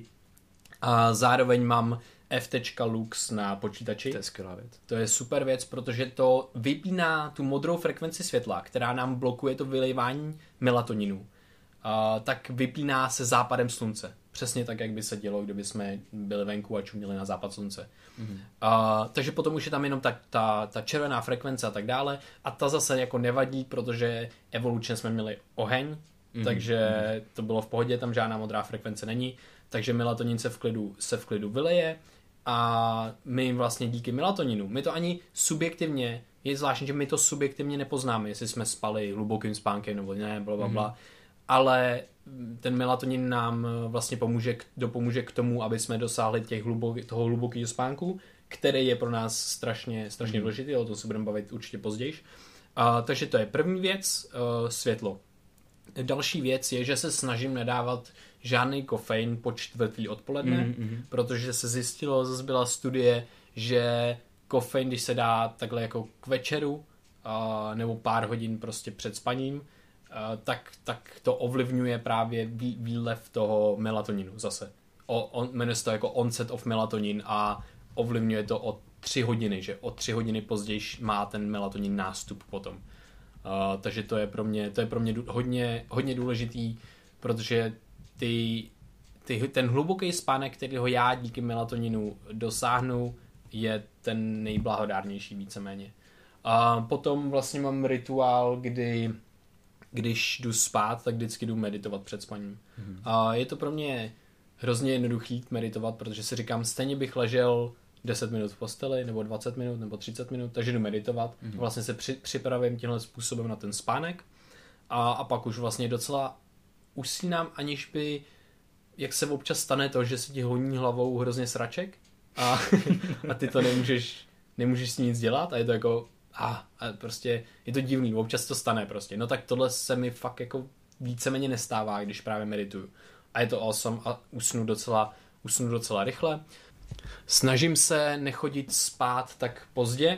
A zároveň mám F Lux na počítači. To je skvělá věc. To je super věc, protože to vypíná tu modrou frekvenci světla, která nám blokuje to vylejvání melatoninu. Uh, tak vypíná se západem slunce. Přesně tak, jak by se dělo, kdyby jsme byli venku a čuměli na západ slunce. Mm-hmm. Uh, takže potom už je tam jenom ta, ta, ta červená frekvence a tak dále. A ta zase jako nevadí, protože evolučně jsme měli oheň, mm-hmm. takže to bylo v pohodě, tam žádná modrá frekvence není. Takže melatonin se v klidu, se v klidu vyleje a my vlastně díky melatoninu, my to ani subjektivně, je zvláštní, že my to subjektivně nepoznáme, jestli jsme spali hlubokým spánkem nebo ne, blablabla. Mm-hmm. Ale ten melatonin nám vlastně pomůže, dopomůže k tomu, aby jsme dosáhli těch hlubok, toho hlubokého spánku, který je pro nás strašně, strašně mm. důležitý, o tom se budeme bavit určitě později. Uh, takže to je první věc, uh, světlo. Další věc je, že se snažím nedávat žádný kofein po čtvrtý odpoledne, mm-hmm. protože se zjistilo, zase byla studie, že kofein, když se dá takhle jako k večeru, uh, nebo pár hodin prostě před spaním, Uh, tak, tak to ovlivňuje právě vý, výlev toho melatoninu zase. O, on, jmenuje se to jako onset of melatonin a ovlivňuje to o tři hodiny, že o tři hodiny později má ten melatonin nástup potom. Uh, takže to je pro mě, to je pro mě hodně, hodně důležitý, protože ty, ty, ten hluboký spánek, kterýho já díky melatoninu dosáhnu, je ten nejblahodárnější víceméně. A uh, potom vlastně mám rituál, kdy když jdu spát, tak vždycky jdu meditovat před spaním. Mm. A je to pro mě hrozně jednoduchý meditovat, protože si říkám, stejně bych ležel deset minut v posteli, nebo dvacet minut, nebo třicet minut, takže jdu meditovat. Mm. Vlastně se při, připravím tímhle způsobem na ten spánek a, a pak už vlastně docela usínám, aniž by, jak se občas stane to, že se ti honí hlavou hrozně sraček a, a ty to nemůžeš, nemůžeš s ní nic dělat a je to jako a, a prostě je to divný, občas to stane prostě. No tak tohle se mi fakt jako víceméně nestává, když právě medituju. A je to awesome a usnu docela, usnu docela rychle. Snažím se nechodit spát tak pozdě,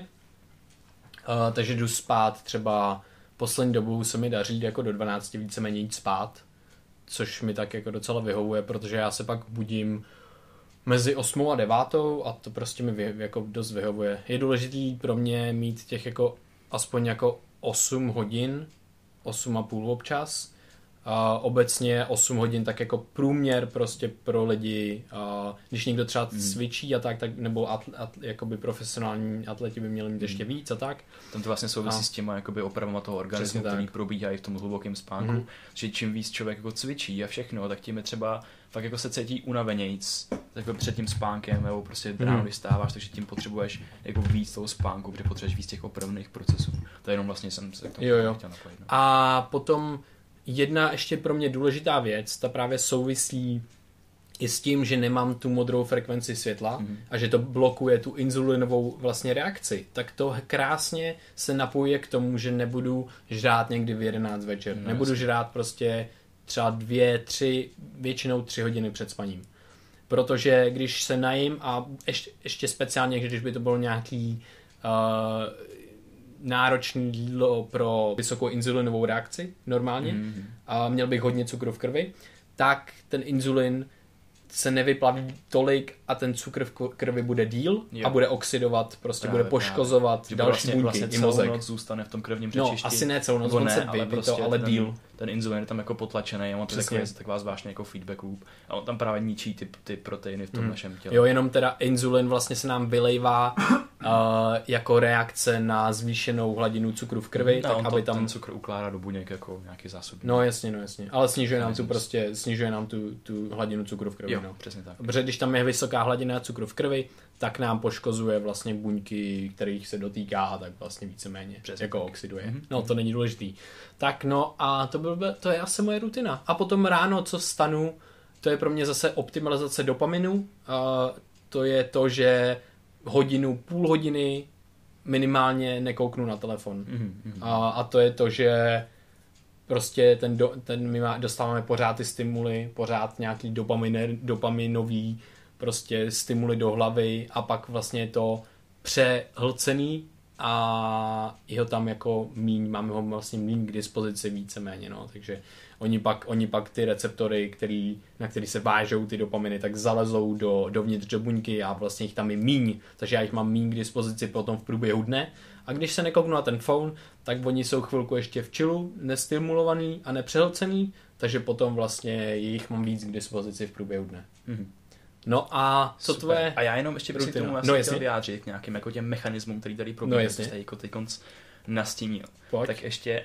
uh, takže jdu spát třeba poslední dobou se mi daří jako do dvanácti víceméně jít spát, což mi tak jako docela vyhovuje, protože já se pak budím mezi osmou a devátou a to prostě mi vy, jako dost vyhovuje. Je důležitý pro mě mít těch jako aspoň jako osm hodin, osm a půl občas. A obecně osm hodin tak jako průměr prostě pro lidi. A když někdo třeba hmm. cvičí a tak, tak nebo atl, atl, jakoby profesionální atleti by měli mít ještě hmm. víc a tak. Tam to vlastně souvisí a s těma jakoby opravama toho organismu, který probíhají v tom hlubokém spánku. Hmm. Že čím víc člověk jako cvičí a všechno, tak tím je třeba fakt jako se cítí unavenějc jako před tím spánkem, nebo prostě ráno hmm. vystáváš, takže tím potřebuješ jako víc toho spánku, kde potřebuješ víc těch opravných procesů. To je jenom vlastně jsem se k tomu jo, jo. chtěl napojit. No. A potom jedna ještě pro mě důležitá věc, ta právě souvisí i s tím, že nemám tu modrou frekvenci světla mm. a že to blokuje tu inzulinovou vlastně reakci, tak to krásně se napojuje k tomu, že nebudu žrát někdy v jedenáct večer. No, nebudu jasný. žrát prostě třeba dvě, tři, většinou tři hodiny před spaním. Protože když se najím a ještě, ještě speciálně, když by to bylo nějaký uh, náročný jídlo pro vysokou inzulinovou reakci normálně mm. a měl bych hodně cukru v krvi, tak ten inzulin se nevyplaví tolik a ten cukr v krvi bude díl jo. a bude oxidovat, prostě právě, bude poškozovat právě. další vlastně, buňky vlastně i mozek. Noc zůstane v tom krevním no, řečišti. asi ne celou noc, on se vypí prostě to, ale ten, díl. Ten inzulin je tam jako potlačený a on to takový, taková zvláštní jako feedback loop a on tam právě ničí ty, ty proteiny v tom hmm. našem těle. Jo, jenom teda inzulin vlastně se nám vylejvá uh, jako reakce na zvýšenou hladinu cukru v krvi, no, tak on aby to, tam ten cukr ukládá do buněk jako nějaký zásobník. No jasně, no jasně, ale snižuje nám tu prostě, snižuje nám tu, tu hladinu cukru v krvi, jo, no. Přesně tak. Protože když tam je vysoká hladina cukru v krvi, tak nám poškozuje vlastně buňky, kterých se dotýká a tak vlastně víceméně Přesně jako tak. oxiduje. Mm-hmm. No to není důležitý. Tak no a to, byl, to je asi moje rutina. A potom ráno, co vstanu, to je pro mě zase optimalizace dopaminu. A to je to, že hodinu, půl hodiny minimálně nekouknu na telefon. Mm-hmm. A, a to je to, že prostě ten, do, ten my má, dostáváme pořád ty stimuly, pořád nějaký dopaminer, dopaminový prostě stimuly do hlavy a pak vlastně je to přehlcený a je ho tam jako míň, máme ho vlastně míň k dispozici víceméně, no, takže oni pak, oni pak ty receptory, který, na který se vážou ty dopaminy, tak zalezou do, dovnitř do buňky a vlastně jich tam je míň, takže já jich mám míň k dispozici potom v průběhu dne a když se nekouknu na ten phone, tak oni jsou chvilku ještě v chillu, nestimulovaný a nepřehlcený, takže potom vlastně jich mám víc k dispozici v průběhu dne. Mm-hmm. No a co Super. tvoje... A já jenom ještě bych si k tomu rutina? asi No, chtěl jasně. vyjádřit k nějakým jako těm mechanismům, který tady No, probíhají, jasně. jste jako teďkonc nastínil. Pojď. Tak ještě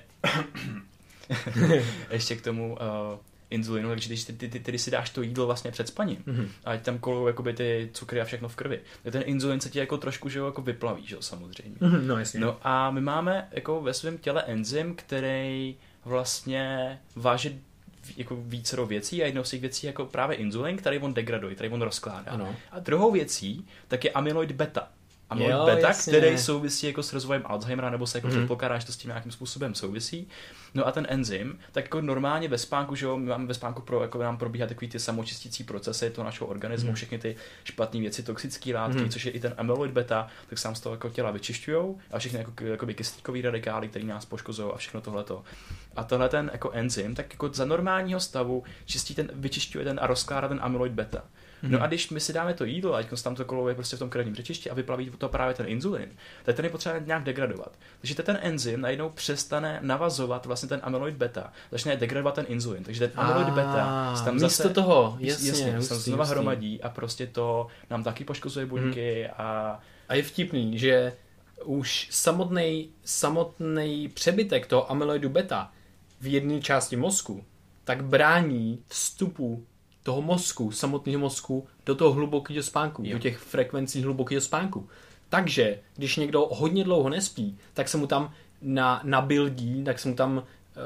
ještě k tomu uh, inzulinu, takže když ty, ty, ty, ty si dáš to jídlo vlastně před spaním, Mhm. a tam kolou jakoby ty cukry a všechno v krvi, tak ten inzulin se ti jako trošku že jo, jako vyplaví, že jo, samozřejmě. Mhm, no jasně. No a my máme jako ve svém těle enzym, který vlastně váží jako vícero věcí a jednou z těch věcí jako právě inzulin, který on degraduje, který on rozkládá. Ano. A druhou věcí tak je amyloid beta. Amyloid Jo, beta, jasně. který souvisí jako s rozvojem Alzheimera, nebo se jako Mhm. předpokládá, že to s tím nějakým způsobem souvisí. No a ten enzym, tak jako normálně ve spánku, že jo, my máme ve spánku pro, jako nám probíhá takový ty samočistící procesy toho našeho organismu, Mhm. všechny ty špatné věci, toxické látky, Mhm. což je i ten amyloid beta, tak sám z toho jako těla vyčišťujou a všechny jako, jakoby kyslíkový radikály, které nás poškozují a všechno tohleto. A tohle ten jako enzym, tak jako za normálního stavu čistí ten, vyčišťuje ten a rozkládá ten amyloid beta. No a když my si dáme to jídlo, ať tam to koluje prostě v tom krevním řečišti a vyplaví to právě ten inzulin, tak ten je potřeba nějak degradovat. Takže ten enzym najednou přestane navazovat vlastně ten amyloid beta, začne degradovat ten inzulin. Takže ten amyloid beta se tam místo zase toho, jasně, jasně se tam hustý, znova hustý. hromadí a prostě to nám taky poškozuje buňky a A je vtipný, že už samotný, samotný přebytek toho amyloidu beta v jedné části mozku tak brání vstupu toho mozku, samotného mozku, do toho hlubokého spánku, Jo. do těch frekvencí hlubokého spánku. Takže, když někdo hodně dlouho nespí, tak se mu tam na, nabildí, tak se mu tam uh,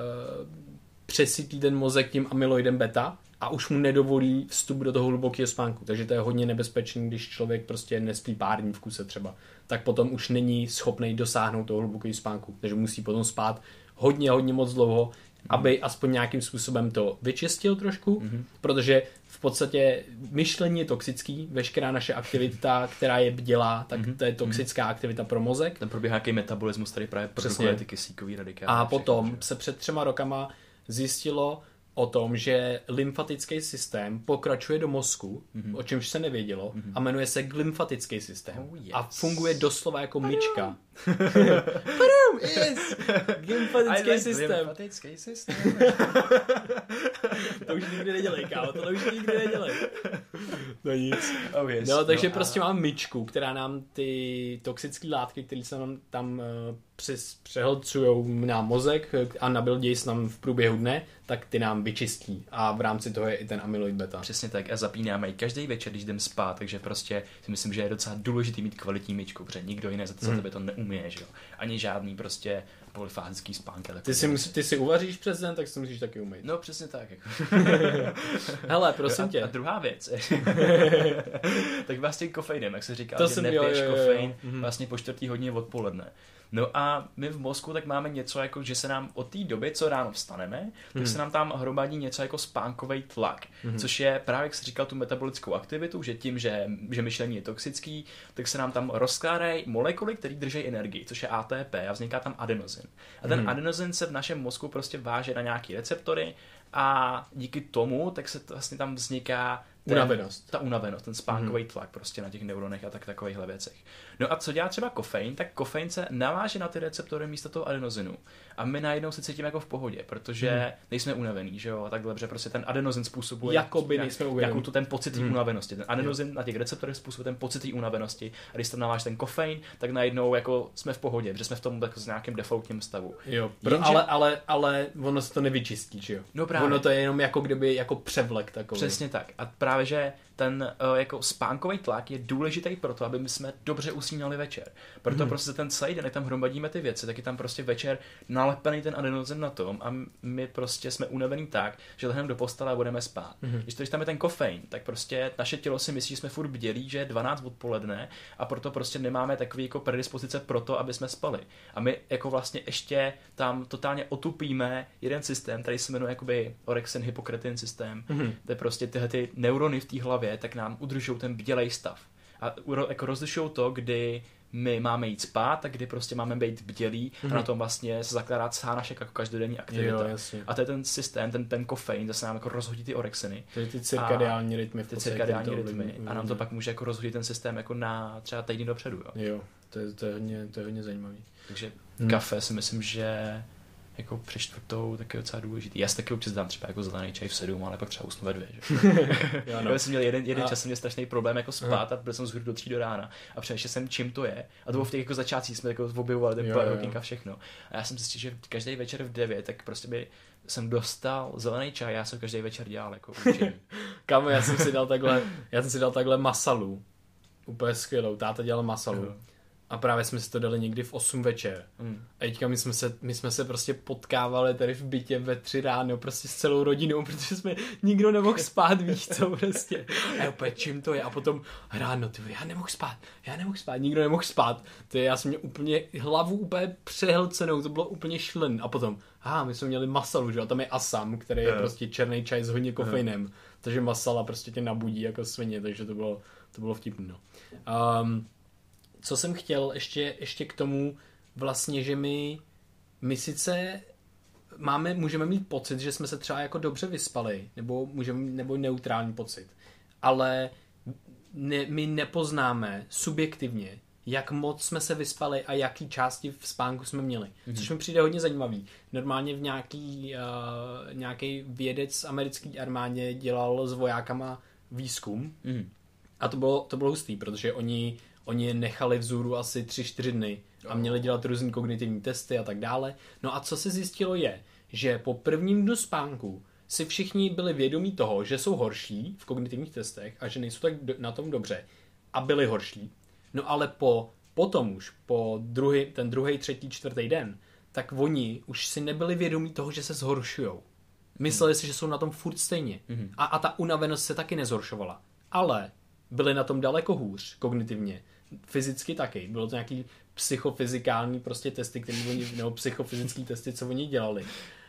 přesytí ten mozek tím amyloidem beta a už mu nedovolí vstup do toho hlubokého spánku. Takže to je hodně nebezpečný, když člověk prostě nespí pár dní v kuse třeba. Tak potom už není schopný dosáhnout toho hlubokého spánku. Takže musí potom spát hodně, hodně moc dlouho, aby aspoň nějakým způsobem to vyčistil trošku, mm-hmm. protože v podstatě myšlení je toxický, veškerá naše aktivita, která je dělá, tak mm-hmm. to je toxická aktivita pro mozek. tam probíhá nějaký metabolismus, který právě produkuje ty kyslíkový radikály. A všechno, potom že? se před třema rokama zjistilo o tom, že lymfatický systém pokračuje do mozku, mm-hmm. o čemž se nevědělo, mm-hmm. a jmenuje se glymfatický systém. Oh, yes. A funguje doslova jako myčka. Padum, yes! Glymfatický systém. Lymfatický systém. To už nikdy nedělej, kámo, to už nikdy nedělej. No nic. Oh, yes. No, takže no, prostě a... mám myčku, která nám ty toxické látky, které se nám tam uh, přes, přehlcujou na mozek a nabildějí se nám v průběhu dne, tak ty nám vyčistí. A v rámci toho je i ten amyloid beta. Přesně tak a zapínáme ji každý večer, když jdem spát, takže prostě si myslím, že je docela důležitý mít kvalitní myčku, protože nikdo jiný za, to, za tebe to neumí, že jo. Ani žádný prostě polyfázický spánky. Ty si, musí, ty si uvaříš přes den, tak si musíš taky umýt. No přesně tak. Jako. Hele, prosím a, tě. A druhá věc. Tak vlastně kofeinem, jak se říká, To že jsem, nepiješ jo, jo, jo. kofein Mhm. vlastně po čtvrtý hodině odpoledne. No a my v mozku tak máme něco jako, že se nám od té doby, co ráno vstaneme, tak Mhm. se nám tam hromadí něco jako spánkový tlak, Mhm. což je právě, jak jsi říkal, tu metabolickou aktivitu, že tím, že, že myšlení je toxický, tak se nám tam rozkládají molekuly, které drží energii, což je A T P a vzniká tam adenozin. A ten Mhm. adenozin se v našem mozku prostě váže na nějaký receptory a díky tomu, tak se to vlastně tam vzniká ten, unavenost. Ta unavenost, ten spánkový tlak prostě na těch neuronech a tak takovýchhle věcech. No a co dělá třeba kofein? Tak kofein se naváže na ty receptory místo toho adenozinu. A my najednou se cítíme jako v pohodě, protože hmm. nejsme unavený, že jo, a takhle, protože prostě ten adenozin způsobuje jakoby nejsme unavený. Jakou tu ten pocit hmm. unavenosti. Ten adenozin jo. na těch receptorech způsobuje ten pocit unavenosti. A když tam naváže ten kofein, tak najednou jako jsme v pohodě, protože jsme v tom jako s nějakým defaultním stavu. Jo, pro, Jenže... ale, ale, ale ono se to nevyčistí, že jo. No právě. Ono to je jenom jako kdyby jako převlek takový. Přesně tak. A právě, že ten uh, jako spánkový tlak je důležitý pro to, aby my jsme dobře usínali večer. Proto hmm. prostě ten celý den, jak tam hromadíme ty věci, tak je tam prostě večer nalepený ten adenozin na tom a my prostě jsme unavený tak, že lehneme do postele a budeme spát. Hmm. Když, to, když tam je ten kofein, tak prostě naše tělo si myslí, že jsme furt bdělí, že je dvanáct odpoledne a proto prostě nemáme takový jako predispozice pro to, aby jsme spali. A my jako vlastně ještě tam totálně otupíme jeden systém, který se jmenuje jakoby orexin hypokretin systém, hmm. kde prostě tyhle ty neurony v té hlavě tak nám udržují ten bdělej stav. A jako rozlišují to, kdy my máme jít spát a kdy prostě máme být bdělí mm-hmm. a na tom vlastně se zakládá celá naše jako každodenní aktivita. Jo, a to je ten systém, ten, ten kofein, zase nám jako rozhodí ty orexiny. To je ty cirkadiální rytmy. Ty cirkadiální rytmy. A nám to pak může jako rozhodit ten systém jako na třeba týden dopředu. Jo, jo to, je, to, je hodně, to je hodně zajímavý. Takže hmm. kafe si myslím, že jako při čtvrtou taky docela důležitý. Já si taky občas dám třeba jako zelený čaj v sedm, ale pak třeba usnu ve dvě. Že? Já, no. Já jsem měl jeden, jeden a... čas, jsem měl strašný problém jako spát Aha. a byl jsem z hůru do tří do rána a přemýšlel jsem, čím to je. A to bylo v těch jako začátcích, jsme jako objevovali ten biohacking a všechno. A já jsem zjistil, že každý večer v devět, tak prostě by jsem dostal zelený čaj, já jsem každý večer dělal jako učení. Kámo, já jsem si dal takhle, já jsem si dal takhle masalu. Úplně skvělou, táta dělal masalu. Uh-huh. A právě jsme si to dali někdy v osm večer. Mm. A teďka my jsme, se, my jsme se prostě potkávali tady v bytě ve tři ráno, prostě s celou rodinou, protože jsme nikdo nemohl spát, víš co, prostě. A já úplně, čím to je? A potom ráno, ty, já nemohl spát, já nemohl spát, nikdo nemohl spát. To je, já jsem měl úplně hlavu úplně přehlcenou, to bylo úplně šlen. A potom, aha, my jsme měli masalu, že jo, a tam je asam, který je yeah. prostě černý čaj s hodně kofeinem. Yeah. Takže masala prostě tě nabudí jako svině, takže to bylo, to bylo vtipné. No. Um, Co jsem chtěl ještě, ještě k tomu vlastně, že my, my sice máme, můžeme mít pocit, že jsme se třeba jako dobře vyspali, nebo, můžeme, nebo neutrální pocit, ale ne, my nepoznáme subjektivně, jak moc jsme se vyspali a jaký části v spánku jsme měli. Mm-hmm. Což mi přijde hodně zajímavý. Normálně v nějaký, uh, nějaký vědec americký armádě dělal s vojákama výzkum mm-hmm. a to bylo, to bylo hustý, protože oni Oni nechali vzůru asi tři čtyři dny a měli dělat různý kognitivní testy a tak dále. No a co se zjistilo je, že po prvním dnu spánku si všichni byli vědomí toho, že jsou horší v kognitivních testech a že nejsou tak na tom dobře a byli horší. No ale po potom už, po druhý, ten druhý, třetí, čtvrtý den, tak oni už si nebyli vědomí toho, že se zhoršujou. Mysleli hmm. si, že jsou na tom furt stejně. Hmm. A, a ta unavenost se taky nezhoršovala. Ale byli na tom daleko hůř kognitivně. Fyzicky taky. Bylo to nějaký psychofyzikální prostě testy, které oni, nebo psychofyzický testy, co oni dělali.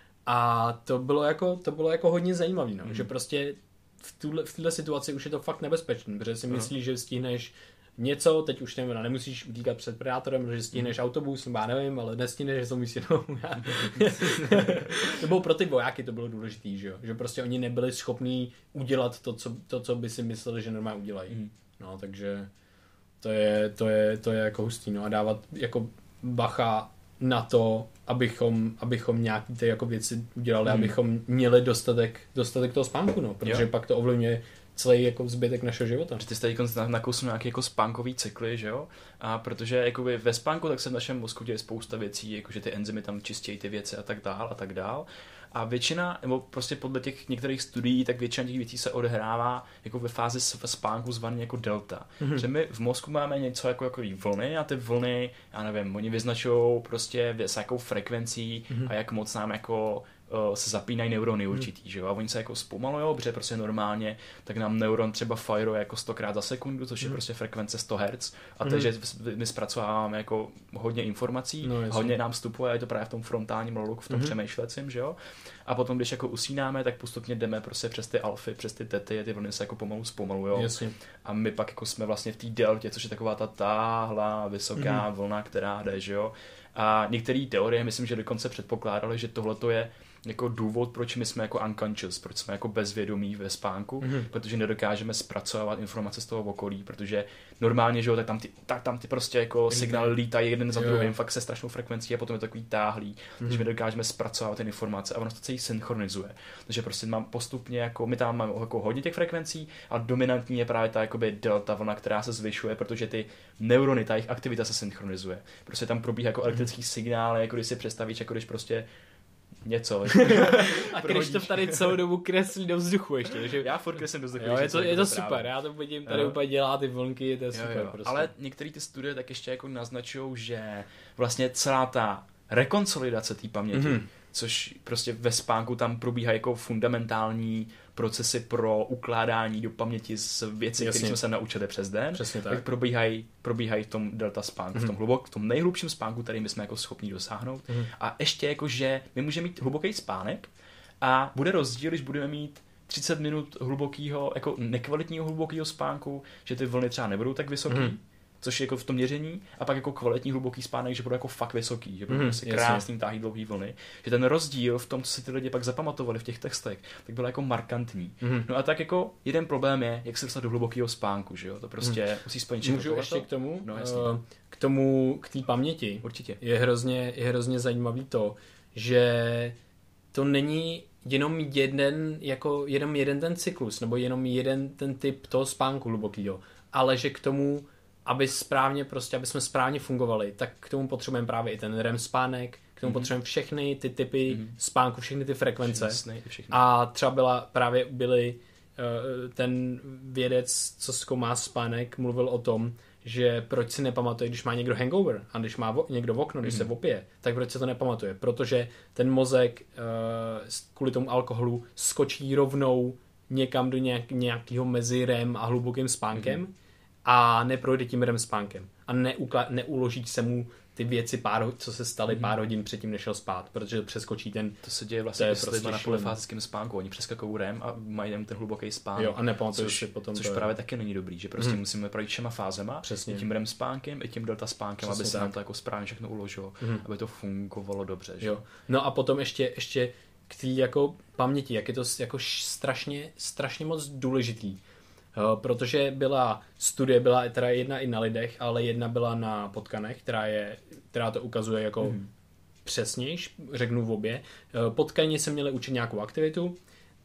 A to bylo jako, to bylo jako hodně zajímavé, no. Mm. Že prostě v tuhle, v této situaci už je to fakt nebezpečné, protože si myslíš, že stihneš něco, teď už nevím, nemusíš utíkat před predátorem, že stihneš mm. autobus, nebo já nevím, ale nestihneš, že to musí jenom já. Nebo pro ty vojáky to bylo důležitý, že jo? Že prostě oni nebyli schopní udělat to, co, to, co by si mysleli, že normálně udělají. Mm. No, takže to je, to je, to je jako hustý, no, a dávat jako bacha na to, abychom, abychom nějaký ty jako věci udělali, mm. abychom měli dostatek, dostatek toho spánku, no, protože jo. pak to ovlivňuje celý jako zbytek našeho života. Že ty jste tady nakousnul nějaký jako spánkový cykly, že jo? A protože jakoby ve spánku tak se v našem mozku děje spousta věcí, jakože ty enzymy tam čistějí ty věci a tak dál a tak dál. A většina, nebo prostě podle těch některých studií, tak většina těch věcí se odehrává jako ve fázi spánku zvaný jako delta. Mm-hmm. Že my v mozku máme něco jako, jako vlny a ty vlny, já nevím, oni vyznačují prostě s jakou frekvencí mm-hmm. a jak moc nám jako se zapínají neurony určitý, hmm. že jo, a oni se jako zpomalujou, protože prostě normálně, tak nám neuron třeba firuje jako stokrát za sekundu, což je hmm. prostě frekvence sto hertzů a hmm. takže my zpracováváme jako hodně informací, no, hodně nám vstupuje, je to právě v tom frontálním lobu, v tom hmm. přemýšlecím, že jo, a potom, když jako usínáme, tak postupně jdeme prostě přes ty alfy, přes ty tety, ty vlny se jako pomalu zpomalujou Jasně. a my pak jako jsme vlastně v té deltě, což je taková ta táhla, vysoká hmm. vlna, která jde, že jo, A některé teorie, myslím, že dokonce předpokládaly, že tohle je jako důvod, proč my jsme jako unconscious, proč jsme jako bezvědomí ve spánku, mm-hmm. protože nedokážeme zpracovávat informace z toho okolí, protože normálně, že jo, tak tam ty, tak tam ty prostě jako signály lítají jeden za druhým, fakt se strašnou frekvencí a potom je to takový táhlý, mm-hmm. takže my dokážeme zpracovávat ty informace a ono to celý synchronizuje. Takže prostě mám postupně jako, my tam máme jako hodně těch frekvencí a dominantní je právě ta jakoby delta vlna, která se zvyšuje, protože ty neurony, ta jejich aktivita se synchronizuje. Prostě tam probíhá jako elektrický signál, jako když si představíš, jako když prostě něco. A když to tady celou dobu kreslí do vzduchu ještě. Takže... Já furt kreslím do vzduchu. Jo, je to, je to super, já to vidím, tady jo. úplně dělá ty vlnky, to je super. Jo, jo. Prostě. Ale některé ty studie tak ještě jako naznačují, že vlastně celá ta rekonsolidace té paměti, mm-hmm. což prostě ve spánku tam probíhá jako fundamentální procesy pro ukládání do paměti z věcí, které jsme se naučili přes den, přesně tak, tak probíhají, probíhají v tom delta spánku, mm-hmm. v tom hlubok, v tom nejhlubším spánku, který my jsme jako schopni dosáhnout. Mm-hmm. A ještě jako, že my můžeme mít hluboký spánek a bude rozdíl, když budeme mít třicet minut hlubokého, jako nekvalitního hlubokého spánku, že ty vlny třeba nebudou tak vysoký, mm-hmm. což je jako v tom měření, a pak jako kvalitní hluboký spánek, že budou jako fakt vysoký, že budou mm, prostě krásný táhý dlouhý vlny. Že ten rozdíl v tom, co si ty lidi pak zapamatovali v těch textech, tak byl jako markantní. Mm. No a tak jako jeden problém je, jak se dostat do hlubokého spánku, že jo? To prostě mm. musí splnit. Můžu ještě k tomu? No, uh, k tomu, k té paměti. Určitě. Je hrozně, je hrozně zajímavý to, že to není jenom jeden, jako jenom jeden ten cyklus, nebo jenom jeden ten typ toho spánku hlubokýho, ale že k tomu, aby správně prostě, aby jsme správně fungovali, tak k tomu potřebujeme právě i ten R E M spánek, k tomu mm-hmm. potřebujeme všechny ty typy mm-hmm. spánku, všechny ty frekvence. Všechny, všechny. A třeba byla, právě byly uh, ten vědec, co zkoumá spánek, mluvil o tom, že proč si nepamatuje, když má někdo hangover a když má vo, někdo v okno, když mm-hmm. se opije, tak proč se to nepamatuje? Protože ten mozek uh, kvůli tomu alkoholu skočí rovnou někam do nějak, nějakého mezi R E M a hlubokým spánkem, mm-hmm. a neprojde tím R E M spánkem. A neukla- neuloží se mu ty věci, pár, co se staly mm-hmm. pár hodin předtím, než šel spát, protože přeskočí ten... To se děje vlastně s lidmi na polyfázickém spánku. Oni přeskakují R E M a mají tam ten hluboký spánek. Jo, a nepamatuju si potom Což to právě taky není dobrý, že prostě mm. musíme projít všema fázema, přesně. i tím R E M spánkem, i tím delta spánkem, Přesně aby se tak. nám to jako správně všechno uložilo, mm. aby to fungovalo dobře. Že? Jo. No a potom ještě, ještě k té jako paměti, jak je to jako strašně, strašně moc důležitý. Uh, protože byla studie, byla teda jedna i na lidech, ale jedna byla na potkanech, která, je, která to ukazuje jako mm. přesnějš, řeknu v obě. Uh, potkani se měli učit nějakou aktivitu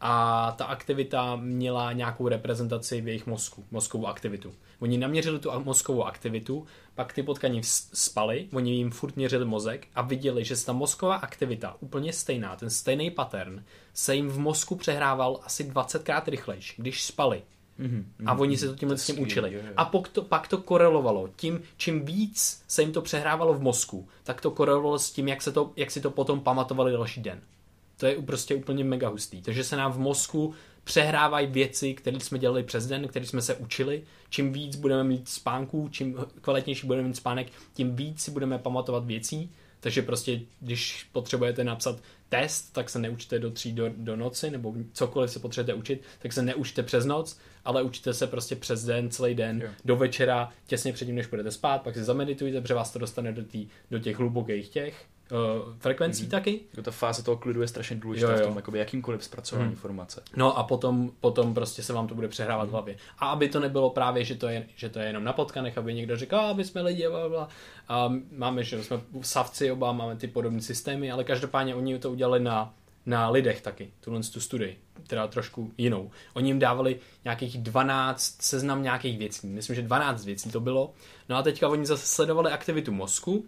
a ta aktivita měla nějakou reprezentaci v jejich mozku, mozkovou aktivitu. Oni naměřili tu mozkovou aktivitu, pak ty potkani spali, oni jim furt měřili mozek a viděli, že ta mozková aktivita, úplně stejná, ten stejný pattern, se jim v mozku přehrával asi dvacetkrát rychlejš, když spali. Mm-hmm. A oni se to tímhle s tím učili. Jo, jo. A pak to, pak to korelovalo. Tím, čím víc se jim to přehrávalo v mozku, tak to korelovalo s tím, jak, se to, jak si to potom pamatovali další den. To je prostě úplně mega hustý. Takže se nám v mozku přehrávají věci, které jsme dělali přes den, které jsme se učili. Čím víc budeme mít spánků, čím kvalitnější budeme mít spánek, tím víc si budeme pamatovat věcí. Takže prostě, když potřebujete napsat test, tak se neučte do tří do, do noci, nebo cokoliv se potřebujete učit, tak se neučte přes noc, ale učte se prostě přes den, celý den, jo. do večera, těsně předtím, než budete spát, pak si zameditujte, protože vás to dostane do, tý, do těch hlubokých těch uh, frekvencí mm-hmm. taky. Ta fáze toho klidu je strašně důležitá v tom jakoby jakýmkoliv zpracování mm. informace. No a potom, potom prostě se vám to bude přehrávat mm. v hlavě. A aby to nebylo právě, že to je, že to je jenom na potkanech, aby někdo řekl, a my jsme lidi, blablabla. A máme, že jsme savci oba, máme ty podobné systémy, ale každopádně oni to udělali na, na lidech taky, tuhle tu studii, teda trošku jinou. Oni jim dávali nějakých dvanáct seznam nějakých věcí, myslím, že dvanáct věcí to bylo. No a teďka oni zase sledovali aktivitu mozku.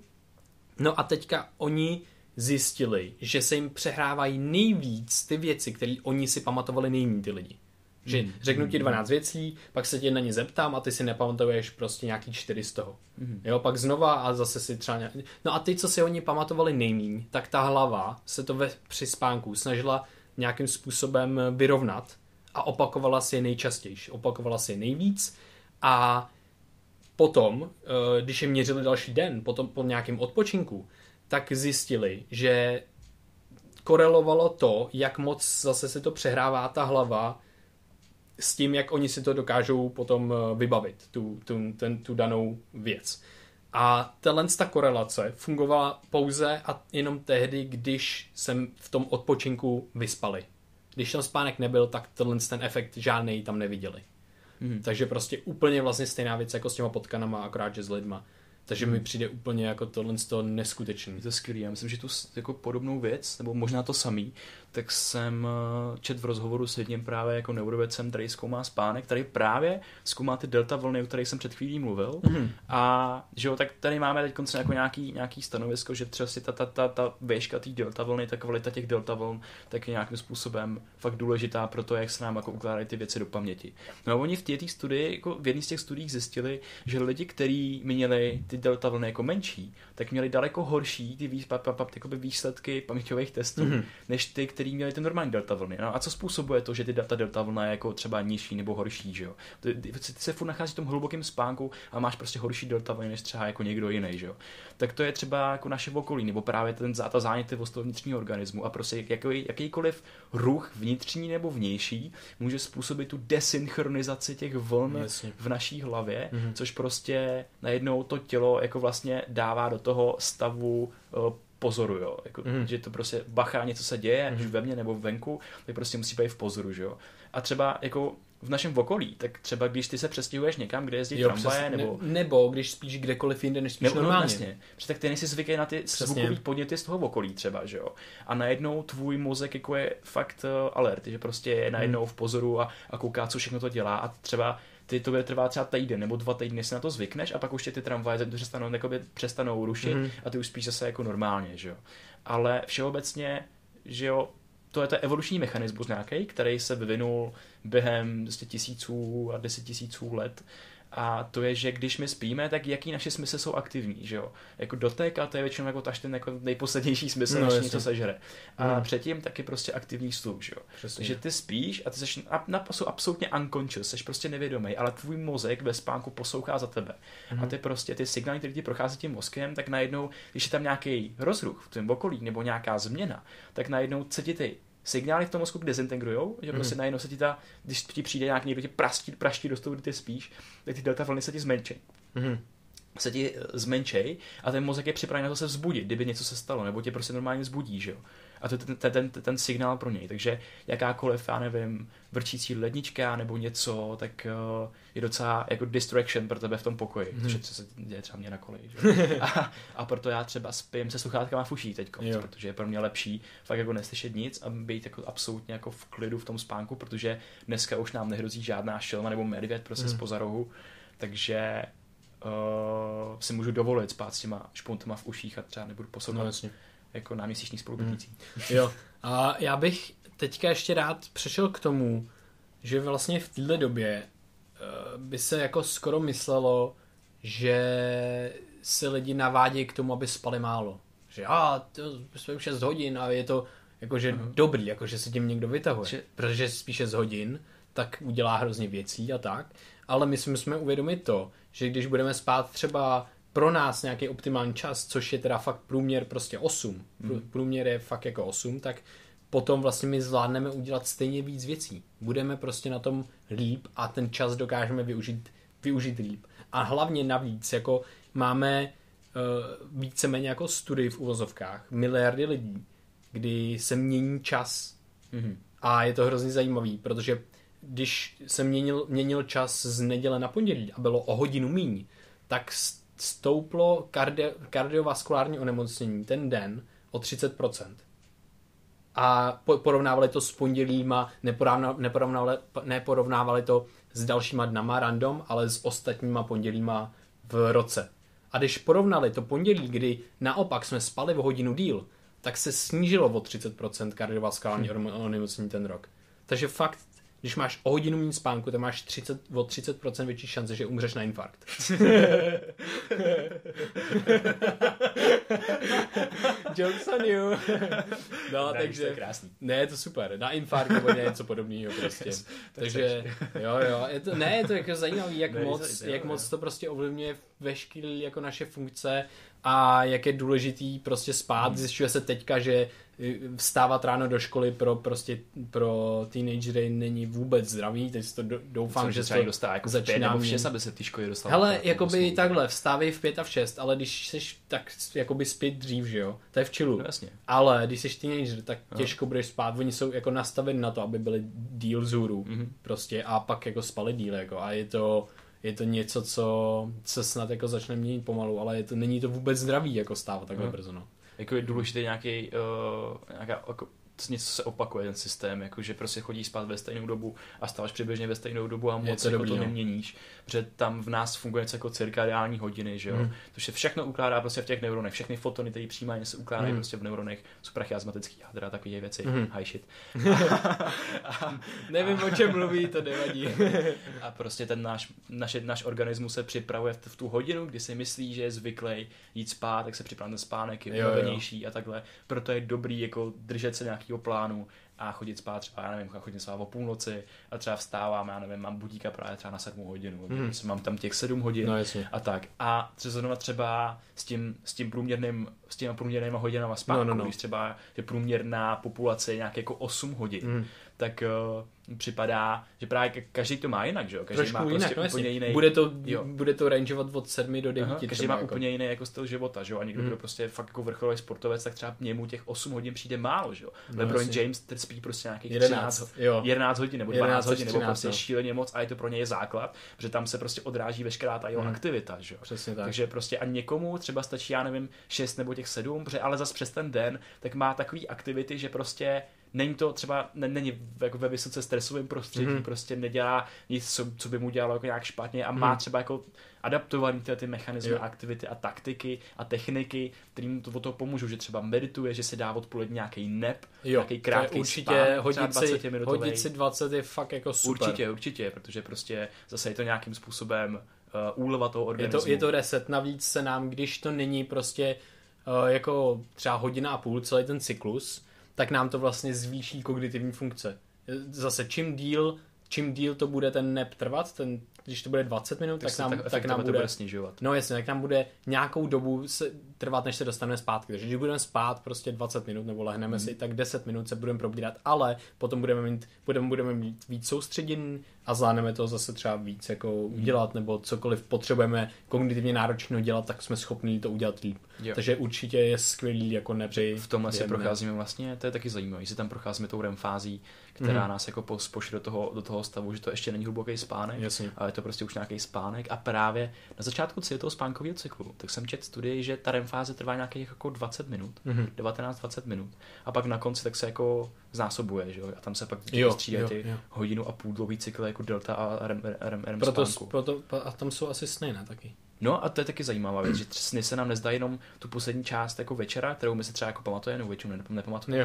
No a teďka oni zjistili, že se jim přehrávají nejvíc ty věci, které oni si pamatovali nejméně ty lidi. Že mm. řeknu ti dvanáct věcí, pak se tě na ně zeptám a ty si nepamatuješ prostě nějaký čtyři z toho. Mm. Jo, pak znova a zase si třeba nějak... No a ty, co si oni pamatovali nejméně, tak ta hlava se to ve, při spánku snažila nějakým způsobem vyrovnat a opakovala si je nejčastěji. Opakovala si je nejvíc a potom, když je měřili další den, potom po nějakém odpočinku, tak zjistili, že korelovalo to, jak moc zase se to přehrává ta hlava s tím, jak oni si to dokážou potom vybavit, tu, tu, ten, tu danou věc. A tahle ta korelace fungovala pouze a jenom tehdy, když jsem v tom odpočinku vyspali. Když tam spánek nebyl, tak tenhle ten efekt žádnej tam neviděli. Hmm. Takže prostě úplně vlastně stejná věc jako s těma potkanama, akorát že s lidma. Takže mi přijde úplně jako tohle z toho neskutečný. Je to skvělý. Já myslím, že tu jako podobnou věc, nebo možná to samý, tak jsem čet v rozhovoru s jedním právě jako neurovědcem, který zkoumá spánek, který právě zkoumá ty delta vlny, o kterých jsem před chvílí mluvil. Mm-hmm. A že jo, tak tady máme teď konce jako nějaký, nějaký stanovisko, že třeba si ta, ta, ta, ta výška té delta vlny, ta kvalita těch delta vln, tak je nějakým způsobem fakt důležitá pro to, jak se nám jako ukládají ty věci do paměti. No a oni v té studii, jako v jedné z těch studií zjistili, že lidi, kteří měli ty delta vlny jako menší, tak měli daleko horší ty vý, pa, pa, pa, výsledky paměťových testů, mm-hmm. než ty, který měli ty normální delta vlny. No a co způsobuje to, že ty data delta vlna je jako třeba nižší nebo horší, že jo? Ty, ty, ty se furt nachází v tom hlubokém spánku a máš prostě horší delta vlny než třeba jako někdo jiný, že jo? Tak to je třeba jako naše okolí, nebo právě ten ta zánětlivost toho vnitřního organismu a prostě jaký, jakýkoliv ruch vnitřní nebo vnější může způsobit tu desynchronizaci těch vln Jasně. v naší hlavě, mm-hmm. což prostě najednou to tělo jako vlastně dává do toho stavu uh, pozoru, jo. Jako, mm. že to prostě bacha, něco se děje, mm. ve mně nebo venku, tak prostě musí být v pozoru, že jo. A třeba jako v našem okolí, tak třeba když ty se přestěhuješ někam, kde jezdí tramvaje, nebo... Ne, nebo když spíš kdekoliv jinde, než spíš nebo, normálně. No, vlastně. Protože tak ty nejsi zvyklý na ty zvukový podněty z toho okolí třeba, že jo. A najednou tvůj mozek jako je fakt uh, alert, že prostě je najednou mm. v pozoru a, a kouká, co všechno to dělá a třeba ty to bude trvá třeba týden nebo dva týdny, si na to zvykneš a pak už tě ty tramvaje přestanou, přestanou rušit mm. a ty už spíš zase jako normálně, že jo. Ale všeobecně, že jo, to je ten evoluční mechanismus nějaký, který se vyvinul během tisíců a deset tisíců let. A to je, že když my spíme, tak jaký naše smysly jsou aktivní, že jo? Jako dotek a to je většinou jako taž ten jako nejposlednější smysl, no, než něco sežere. A mm. předtím taky prostě aktivní sluch, že jo? Přesně. Že ty spíš a ty jsi naprosto absolutně unconscious, jsi prostě nevědomý, ale tvůj mozek ve spánku poslouchá za tebe. Mm. A ty prostě ty signály, které ti prochází tím mozkem, tak najednou, když je tam nějaký rozruch v tvém okolí nebo nějaká změna, tak najednou se ti ty signály v tom mozku dezintegrujou, že prostě mm. najednou se ti ta, když ti přijde nějaký někdo ti praští, praští do toho, kdy ty spíš, tak ty delta vlny se ti zmenší. Mm. Se ti zmenšej a ten mozek je připravený na to se vzbudit, kdyby něco se stalo, nebo tě prostě normálně vzbudí, že jo. A to je ten, ten, ten, ten signál pro něj. Takže jakákoliv, já nevím, vrčící lednička nebo něco, tak uh, je docela jako distraction pro tebe v tom pokoji, hmm. což se děje třeba mě na koleji. a, a proto já třeba spím se sluchátkama v uších teďko, protože je pro mě lepší fakt jako neslyšet nic a být jako absolutně jako v klidu v tom spánku, protože dneska už nám nehrozí žádná šelma nebo medvěd prostě hmm. zpoza rohu, takže uh, si můžu dovolit spát s těma špuntama v uších a třeba nebudu poslouchat. No, jako náměsíční spolubydlící. Mm. Jo. A já bych teďka ještě rád přešel k tomu, že vlastně v této době uh, by se jako skoro myslelo, že se lidi navádějí k tomu, aby spali málo. Že a to jsme už šest hodin a je to jakože uh-huh. dobrý, jakože se tím někdo vytahuje. Že... Protože spíš šest hodin, tak udělá hrozně věcí a tak. Ale my si musíme uvědomit to, že když budeme spát třeba pro nás nějaký optimální čas, což je teda fakt průměr prostě osm, mm. průměr je fakt jako osm, tak potom vlastně my zvládneme udělat stejně víc věcí. Budeme prostě na tom líp a ten čas dokážeme využít, využít líp. A hlavně navíc, jako máme uh, víceméně jako studii v uvozovkách, miliardy lidí, kdy se mění čas. Mm. A je to hrozně zajímavý, protože když se měnil, měnil čas z neděle na pondělí a bylo o hodinu míň, tak stouplo kardio, kardiovaskulární onemocnění ten den o třicet procent. A porovnávali to s pondělíma, neporovnávali, neporovnávali to s dalšíma dnama random, ale s ostatníma pondělíma v roce. A když porovnali to pondělí, kdy naopak jsme spali v hodinu díl, tak se snížilo o třicet procent kardiovaskulární hmm. onemocnění ten rok. Takže fakt, když máš o hodinu méně spánku, tak máš třicet, o třicet procent větší šance, že umřeš na infarkt. Jokes on you. No, ne, takže... To je krásný. Ne, je to super. Na infarkt nebo něco podobného prostě. Yes, takže, jo, jo. Je to, ne, je to jako zajímavý, jak, ne, moc, to, jak jo, moc to prostě ovlivňuje veškeré jako naše funkce a jak je důležitý prostě spát. Hmm. Zjišťuje se teďka, že vstávat ráno do školy pro prostě pro teenagery není vůbec zdravý, teď to doufám, Co, že se to dostává jako v pět nebo v šest, aby se v té školy dostal. Hele, jakoby takhle, vstávej v pět a v šest, ale když seš tak jakoby spět dřív, že jo, to je v chillu. No, jasně. Ale když seš teenager, tak no. těžko budeš spát, oni jsou jako nastaveni na to, aby byli díl vzhůru, mm-hmm. prostě a pak jako spali díl, jako a je to je to něco, co se snad jako začne měnit pomalu, ale je to, není to vůbec zdravý, jako stávat takhle no. brzo, no. Jako je důležitý nějaký, uh, nějaká, jako, něco se opakuje ten systém, jako že prostě chodíš spát ve stejnou dobu a stáváš přibližně ve stejnou dobu a moc to, jako dobrý, to neměníš, protože tam v nás funguje něco jako cirkadiální hodiny, že jo, mm. to se všechno ukládá prostě v těch neuronech, všechny fotony, které přijímají, se ukládají mm. prostě v neuronech, suprachiasmatický jádra, takové věci, mm. high shit. a, Nevím, o čem mluví, to nevadí. A prostě ten náš, naše, náš organismus se připravuje v, v tu hodinu, kdy si myslí, že je zvyklý jít spát, tak se připravuje ten spánek, je unavenější a takhle, proto je dobrý jako držet se nějaký plánu a chodit spát třeba, já nevím, chodit spát o půlnoci a třeba vstávám, já nevím, mám budíka právě třeba na sedmou hodinu, mm. mám tam těch sedm hodin no, a tak. A třeba třeba s tím, s tím průměrným, s těma průměrnýma hodinama spánku, no, no, no. když třeba je průměrná populace nějak jako osm hodin, mm. tak uh, připadá, že právě každý to má jinak, že jo? Každý Trošku má prostě jinak, úplně no, jiný. Bude to, bude to rangeovat od sedmi do devíti. Aha, každý má jako úplně jiný jako styl života, že jo? A někdo, mm. kdo prostě fakt jako vrcholový sportovec, tak třeba němu těch osm hodin přijde málo, že jo? No, LeBron jasný. James spí prostě nějakých jedenáct, jedenáct hodin nebo dvanáct hodin, nebo prostě no. šíleně moc a je to pro něj základ, protože tam se prostě odráží veškerá ta jeho mm. aktivita, že jo? Přesně tak. Takže prostě a někomu třeba stačí, já nevím, šest nebo těch sedm, ale zas přes ten den, tak má takový aktivity, že prostě není to třeba, ne, není jako ve vysoce stresovém prostředí, mm. prostě nedělá nic, co, co by mu dělalo jako nějak špatně a mm. má třeba jako adaptovaný ty, ty mechanismy, aktivity a taktiky a techniky, kterým to o toho pomůžou, že třeba medituje, že si dá odpoledne nějaký nap, jo, nějaký krátký určitě spán, hodit si, hodit si dvacet je fakt jako super. Určitě, určitě, protože prostě zase je to nějakým způsobem uh, úleva toho organismu. Je to, je to reset, navíc se nám, když to není prostě uh, jako třeba hodina a půl, celý ten cyklus, tak nám to vlastně zvýší kognitivní funkce. Zase čím díl, čím díl to bude ten nap trvat, ten, když to bude dvacet minut, tak, tak, nám, tak, tak nám bude, bude snižovat. No jasně, tak nám bude nějakou dobu se, trvat, než se dostaneme zpátky. Takže když budeme spát prostě dvacet minut nebo lehneme mm. si, tak deset minut se budeme probírat, ale potom budeme mít, budeme, budeme mít víc soustředění a zvládneme to zase třeba víc jako udělat, nebo cokoliv potřebujeme kognitivně náročného dělat, tak jsme schopni to udělat líp. Jo. Takže určitě je skvělý jako nepři. V tomhle si procházíme vlastně, to je taky zajímavé, že tam procházíme tou REM fází, která mm. nás jako pošle do toho, do toho stavu, že to ještě není hluboký spánek, jasně. ale je to prostě už nějaký spánek a právě na začátku celého toho spánkového cyklu, tak jsem četl studii, že ta REM fáze trvá nějakých jako dvacet minut, mm. devatenáct dvacet minut a pak na konci tak se jako znásobuje, že jo, a tam se pak střídají ty jo. hodinu a půl dlouhý cykl jako delta a REM, REM, REM proto, spánku. Proto, a tam jsou asi sny, ne, taky. No a to je taky zajímavá věc, že sny se nám nezdá jenom tu poslední část jako večera, kterou my se třeba jako pamatujeme, nebo většinou nepamatujeme.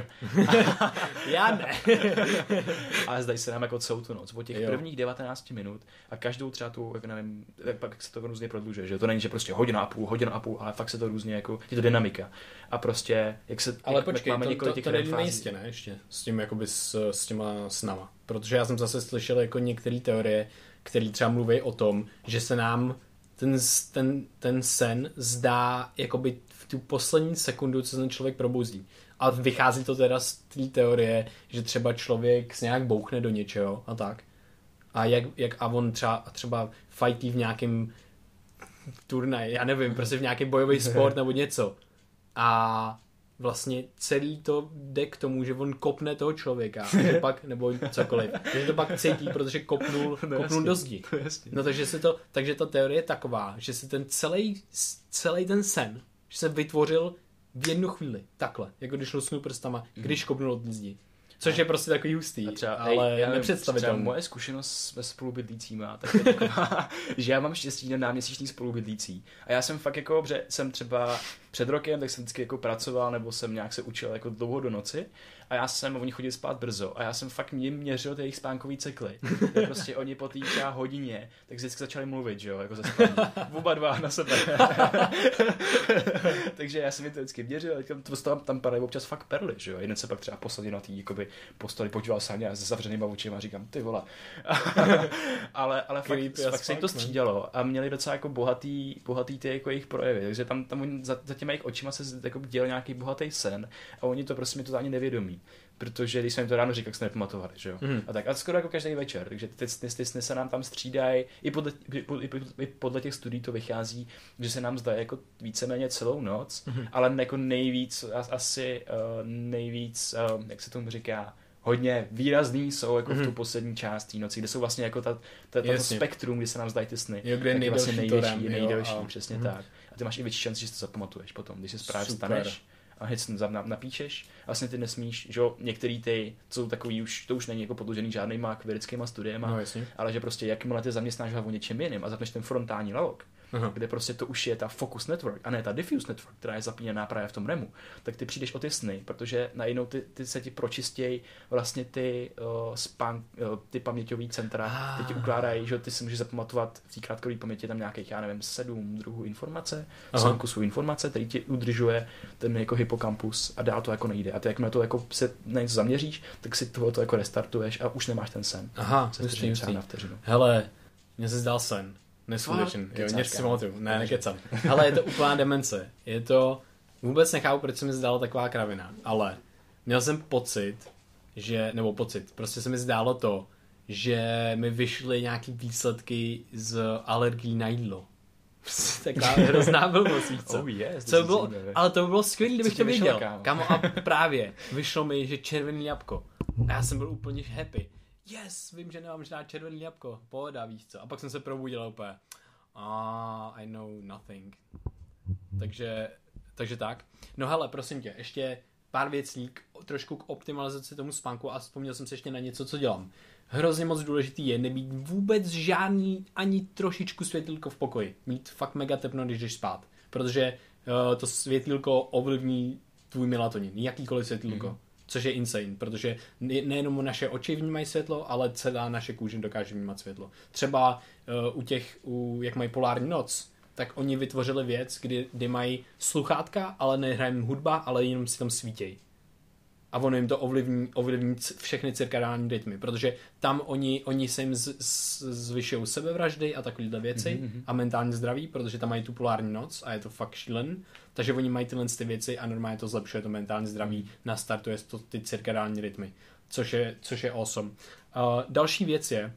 Já ne. Ale zdají se nám jako celou tu noc, po těch jo. prvních devatenácti minut a každou třeba tu, jako nevím, pak se to různě prodlužuje, že to není, že prostě hodina a půl, hodina a půl, ale fakt se to různě jako, je to dynamika. A prostě, jak se, ale jak, počkej, máme to, několik to, těch to není nejistě, ne, ještě, s tím jakoby s, s těma snama. Protože já jsem zase slyšel jako některé teorie, které třeba mluví o tom, že se nám ten, ten, ten sen zdá jakoby v tu poslední sekundu, co ten člověk probouzí. A vychází to teda z té teorie, že třeba člověk se nějak bouchne do něčeho a tak. A jak, jak a on třeba, třeba fightí v nějakém turnaji, já nevím, prostě v nějaký bojový sport nebo něco. A vlastně celý to jde k tomu, že on kopne toho člověka, a pak, nebo cokoliv. Takže to pak cítí, protože kopnul, no kopnul do zdi. No takže, se to, takže ta teorie je taková, že se ten celý, celý ten sen, že se vytvořil v jednu chvíli, takhle, jako když lusnul prstama, když kopnul od zdi. Což je prostě takový hustý, třeba, ale ej, nepředstavitelný. Moje zkušenost se spolubydlícíma, tak je taková, že já mám štěstí na náměsíční spolubydlící. A já jsem fakt jako, že jsem třeba před rokem, tak jsem vždycky jako pracoval, nebo jsem nějak se učil jako dlouho do noci. A já jsem, oni chodili spát brzo a já jsem fakt jim měřil ty jejich spánkový cykly. Tak prostě oni po té třeba hodině, tak vždycky začali mluvit, že jo, jako ze spání. Oba dva na sebe. Takže já jsem jim to vždycky měřil, to tam, tam padají občas fakt perly, že jo. Jeden se pak třeba posadil na té jakoby posteli, podíval se na mě a se zavřenýma očima a říkám, ty vole. ale ale fakt, fakt se jim to střídalo a měli docela jako bohatý, bohatý ty jako jejich projevy. Takže tam, tam oni za, za, těma jejich očima se jako děl nějaký bohatý sen a oni to prostě mi totálně nevědomí. Protože když jsem jim to ráno říkal, tak se nepamatovali, že jo. Mm. A tak a skoro jako každý večer, takže ty, ty, ty sny se nám tam střídají, i podle, i, i, i podle těch studií to vychází, že se nám zdá jako víceméně celou noc, mm. ale jako nejvíc, asi uh, nejvíc, uh, jak se tomu říká, hodně výrazný jsou jako mm. v tu poslední část té noci, kde jsou vlastně jako ta, ta, ta spektrum, kdy se nám zdají ty sny. Jo, kde je vlastně největší, jo, nejdelší, a... přesně mm. tak. A ty máš i větší šanci, že si to zapamatuješ potom, když se právě vstaneš a hned napíšeš, vlastně ty nesmíš, že jo, některý ty, co jsou takový už, to už není jako podložený žádnýma vědeckýma studiema, no, ale že prostě jakmile ty zaměstnáš hlavu něčem jiným a zapneš ten frontální lalok, aha. kde prostě to už je ta focus network a ne ta diffuse network, která je zapíněná právě v tom REMu, tak ty přijdeš o ty sny, protože najednou ty, ty se ti pročistějí vlastně ty uh, spán, uh, ty paměťový centra, ah. ty ti ukládají, že ty si můžeš zapamatovat v té krátkové paměti tam nějakých, já nevím, sedm druhů informace, sedm kusů informace, který ti udržuje ten jako hypokampus a dál to jako nejde. A ty jakmile to jako se na něco zaměříš, tak si tohoto jako restartuješ a už nemáš ten sen. Aha, myslím, třeba na vteřinu. Hele, mně se zdál sen. Neskutečný. Jo, něco si pamatuju. Ne, nekecam. Ale je to úplná demence. Je to... Vůbec nechápu, proč se mi zdála taková kravina. Ale měl jsem pocit, že... Nebo pocit. Prostě se mi zdálo to, že mi vyšly nějaký výsledky z alergií na jídlo. Taková hrozná blbost, víš co? Oh yes, co bylo, ale to by bylo skvělé, kdybych to viděl. Kámo, a právě vyšlo mi, že červený jabko. A já jsem byl úplně happy. Yes, vím, že nemám žádná červený jabko. Pohoda, víš co? A pak jsem se probudil úplně. Ah, I know nothing. Takže, takže tak. No hele, prosím tě, ještě pár věcí trošku k optimalizaci tomu spánku a vzpomněl jsem se ještě na něco, co dělám. Hrozně moc důležitý je nebýt vůbec žádný ani trošičku světýlko v pokoji. Mít fakt mega tepno, když jdeš spát. Protože uh, to světýlko ovlivní tvůj melatonin. Jakýkoliv světýlko. Mm-hmm. Což je insane, protože nejenom naše oči vnímají světlo, ale celá naše kůže dokáže vnímat světlo. Třeba uh, u těch, u, jak mají polární noc, tak oni vytvořili věc, kdy, kdy mají sluchátka, ale nehrají jim hudba, ale jenom si tam svítějí. A ono jim to ovlivní, ovlivní všechny cirkadiální rytmy, protože tam oni, oni se jim z, z, zvyšují sebevraždy a takovéhle věci mm-hmm. a mentální zdraví, protože tam mají tu polární noc a je to fakt šílen. Takže oni mají tyhle ty věci a normálně to zlepšuje to mentální zdraví, nastartuje to ty cirkadiální rytmy, což je, což je awesome. Uh, další věc je,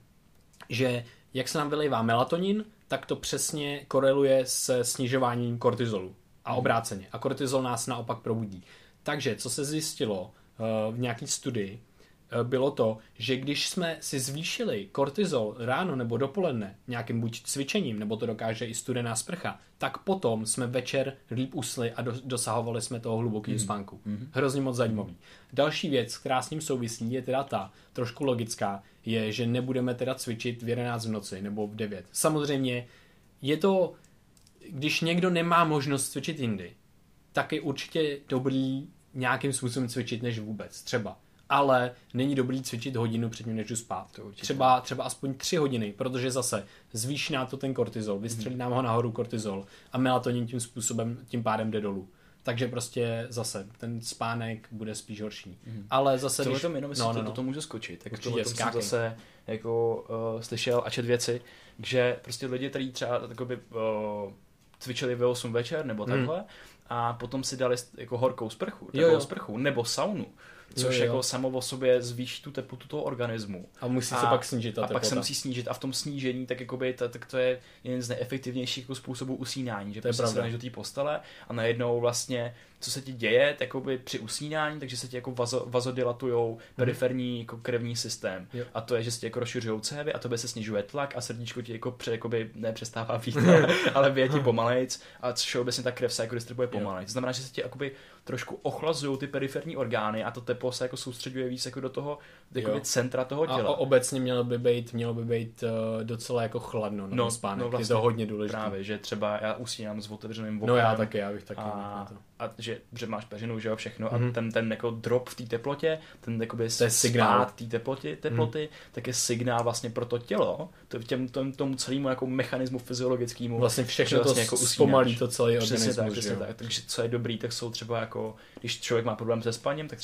že jak se nám vylejvá melatonin, tak to přesně koreluje se snižováním kortizolu a obráceně. A kortizol nás naopak probudí. Takže, co se zjistilo v nějaký studii, bylo to, že když jsme si zvýšili kortizol ráno nebo dopoledne nějakým buď cvičením, nebo to dokáže i studená sprcha, tak potom jsme večer líp usli a do, dosahovali jsme toho hlubokého mm. spánku. Mm. Hrozně moc zajímavý. Další věc, která s ním souvisí, je teda ta, trošku logická, je, že nebudeme teda cvičit v jedenáct v noci nebo v devět. Samozřejmě je to, když někdo nemá možnost cvičit jindy, tak je určitě dobrý nějakým způsobem cvičit než vůbec, třeba. Ale není dobrý cvičit hodinu předtím, než jdu spát. Třeba, třeba aspoň tři hodiny, protože zase zvýší nám to ten kortizol, vystřelí nám ho nahoru kortizol a melatonin tím způsobem, tím pádem jde dolů. Takže prostě zase ten spánek bude spíš horší. Mm. Ale zase... Tohle tom jenom, jestli no, no, no. to, to můžu skočit. Tak tohle tom jsem zase jako, uh, slyšel a čet věci, že prostě lidi, kteří třeba takoby, uh, cvičili ve osm večer nebo takhle, mm. a potom si dali jako horkou sprchu, takovou sprchu, nebo saunu, což jo, jo. jako samo o sobě zvýší tu teplotu toho organismu. A musí a, se pak snížit ta A teplota. pak se musí snížit a v tom snížení, tak, jakoby, ta, tak to je jeden z nejefektivnějších jako způsobů usínání, že prostě se dáš do té postele a najednou vlastně, co se ti děje jakoby při usínání, takže se ti jako vazo, vazodilatujou periferní jako krevní systém. Jo. A to je, že se ti jako rozšiřují cévy a tobě se snižuje tlak a srdíčko ti jako pře, jakoby nepřestává být, ale bije ti pomalejc a všeobecně ta krev se jako distribuje pomalejc. To znamená, že se ti jakoby trošku ochlazují ty periferní orgány a to teplo se jako soustředuje víc jako do toho jakoby centra toho těla. A obecně mělo by být, mělo by být uh, docela jako chladno na no, spánek. No vlastně, je to hodně důležité. Právě, že třeba já usínám s otevřeným vokem. No já taky, já bych taky. A, a že, že máš peřinu, že jo, všechno mm-hmm. a ten, ten jako drop v té teplotě, ten jakoby to je signál té teploty, teploty mm. tak je signál vlastně pro to tělo, to těm, tom, tomu celému jako mechanismu fyziologickému. Vlastně všechno vlastně to jako zpomalí to celý organismus. Přesně tak, přesně tak. Takže co je dobrý, tak jsou třeba jako, když člověk má problém se spaním, tak třeba jako fakt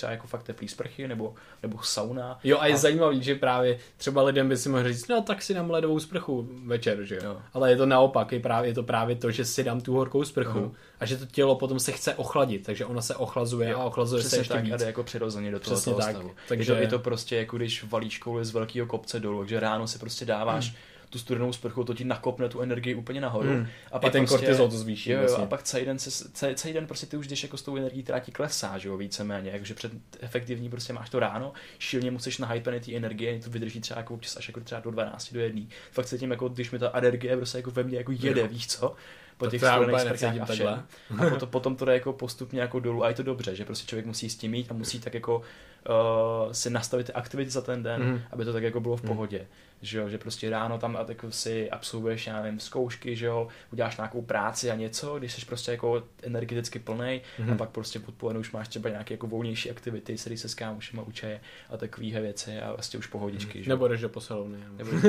teplý sprchy nebo, nebo sauna. Jo a je a... zajímavý, že právě třeba lidem by si mohl říct, no tak si dám ledovou sprchu večer, že jo. Ale je to naopak, je, právě, je to právě to, že si dám tu horkou sprchu uh-huh. a že to tělo potom se chce ochladit, takže ono se ochlazuje jo, a ochlazuje se ještě tak, víc. A jde jako přirozeně do toho, toho stavu. Takže... Je, to, je to prostě jako když valíš kouli z velkého kopce dolů, takže ráno si prostě dáváš hmm. tu studenou sprchu, to ti nakopne tu energii úplně nahoru. Hmm. A pak I ten prostě, kortizol to zvýší. Jo, jo, a pak celý den, se, celý, celý den prostě ty už jdeš jako s tou energií, která ti klesá, že jo, víceméně, jakože před efektivní prostě máš to ráno, šíleně musíš nahypený ty energie, to vydrží třeba jako občas až jako třeba do dvanácti do jedné. Fakt se tím jako, když mi ta energie prostě jako ve mně jako jede, jo. Víš co? Po těch studených sprchách a všem. A potom, potom to jde jako postupně jako dolů a je to dobře, že prostě člověk musí s tím mít a musí tak jako uh, si nastavit ty aktivity za ten den, mm. aby to tak jako bylo v pohodě. Mm. Že jo, že prostě ráno tam jako si absolvuješ, já nevím, zkoušky, že jo, uděláš nějakou práci a něco, když jsi prostě jako energeticky plnej mm. a pak prostě odpoledne už máš třeba nějaké jako volnější aktivity, sedí se s kámošima, učeje a takovýhle věci a vlastně už pohodičky, že jo. Nebo jdeš do posilovny.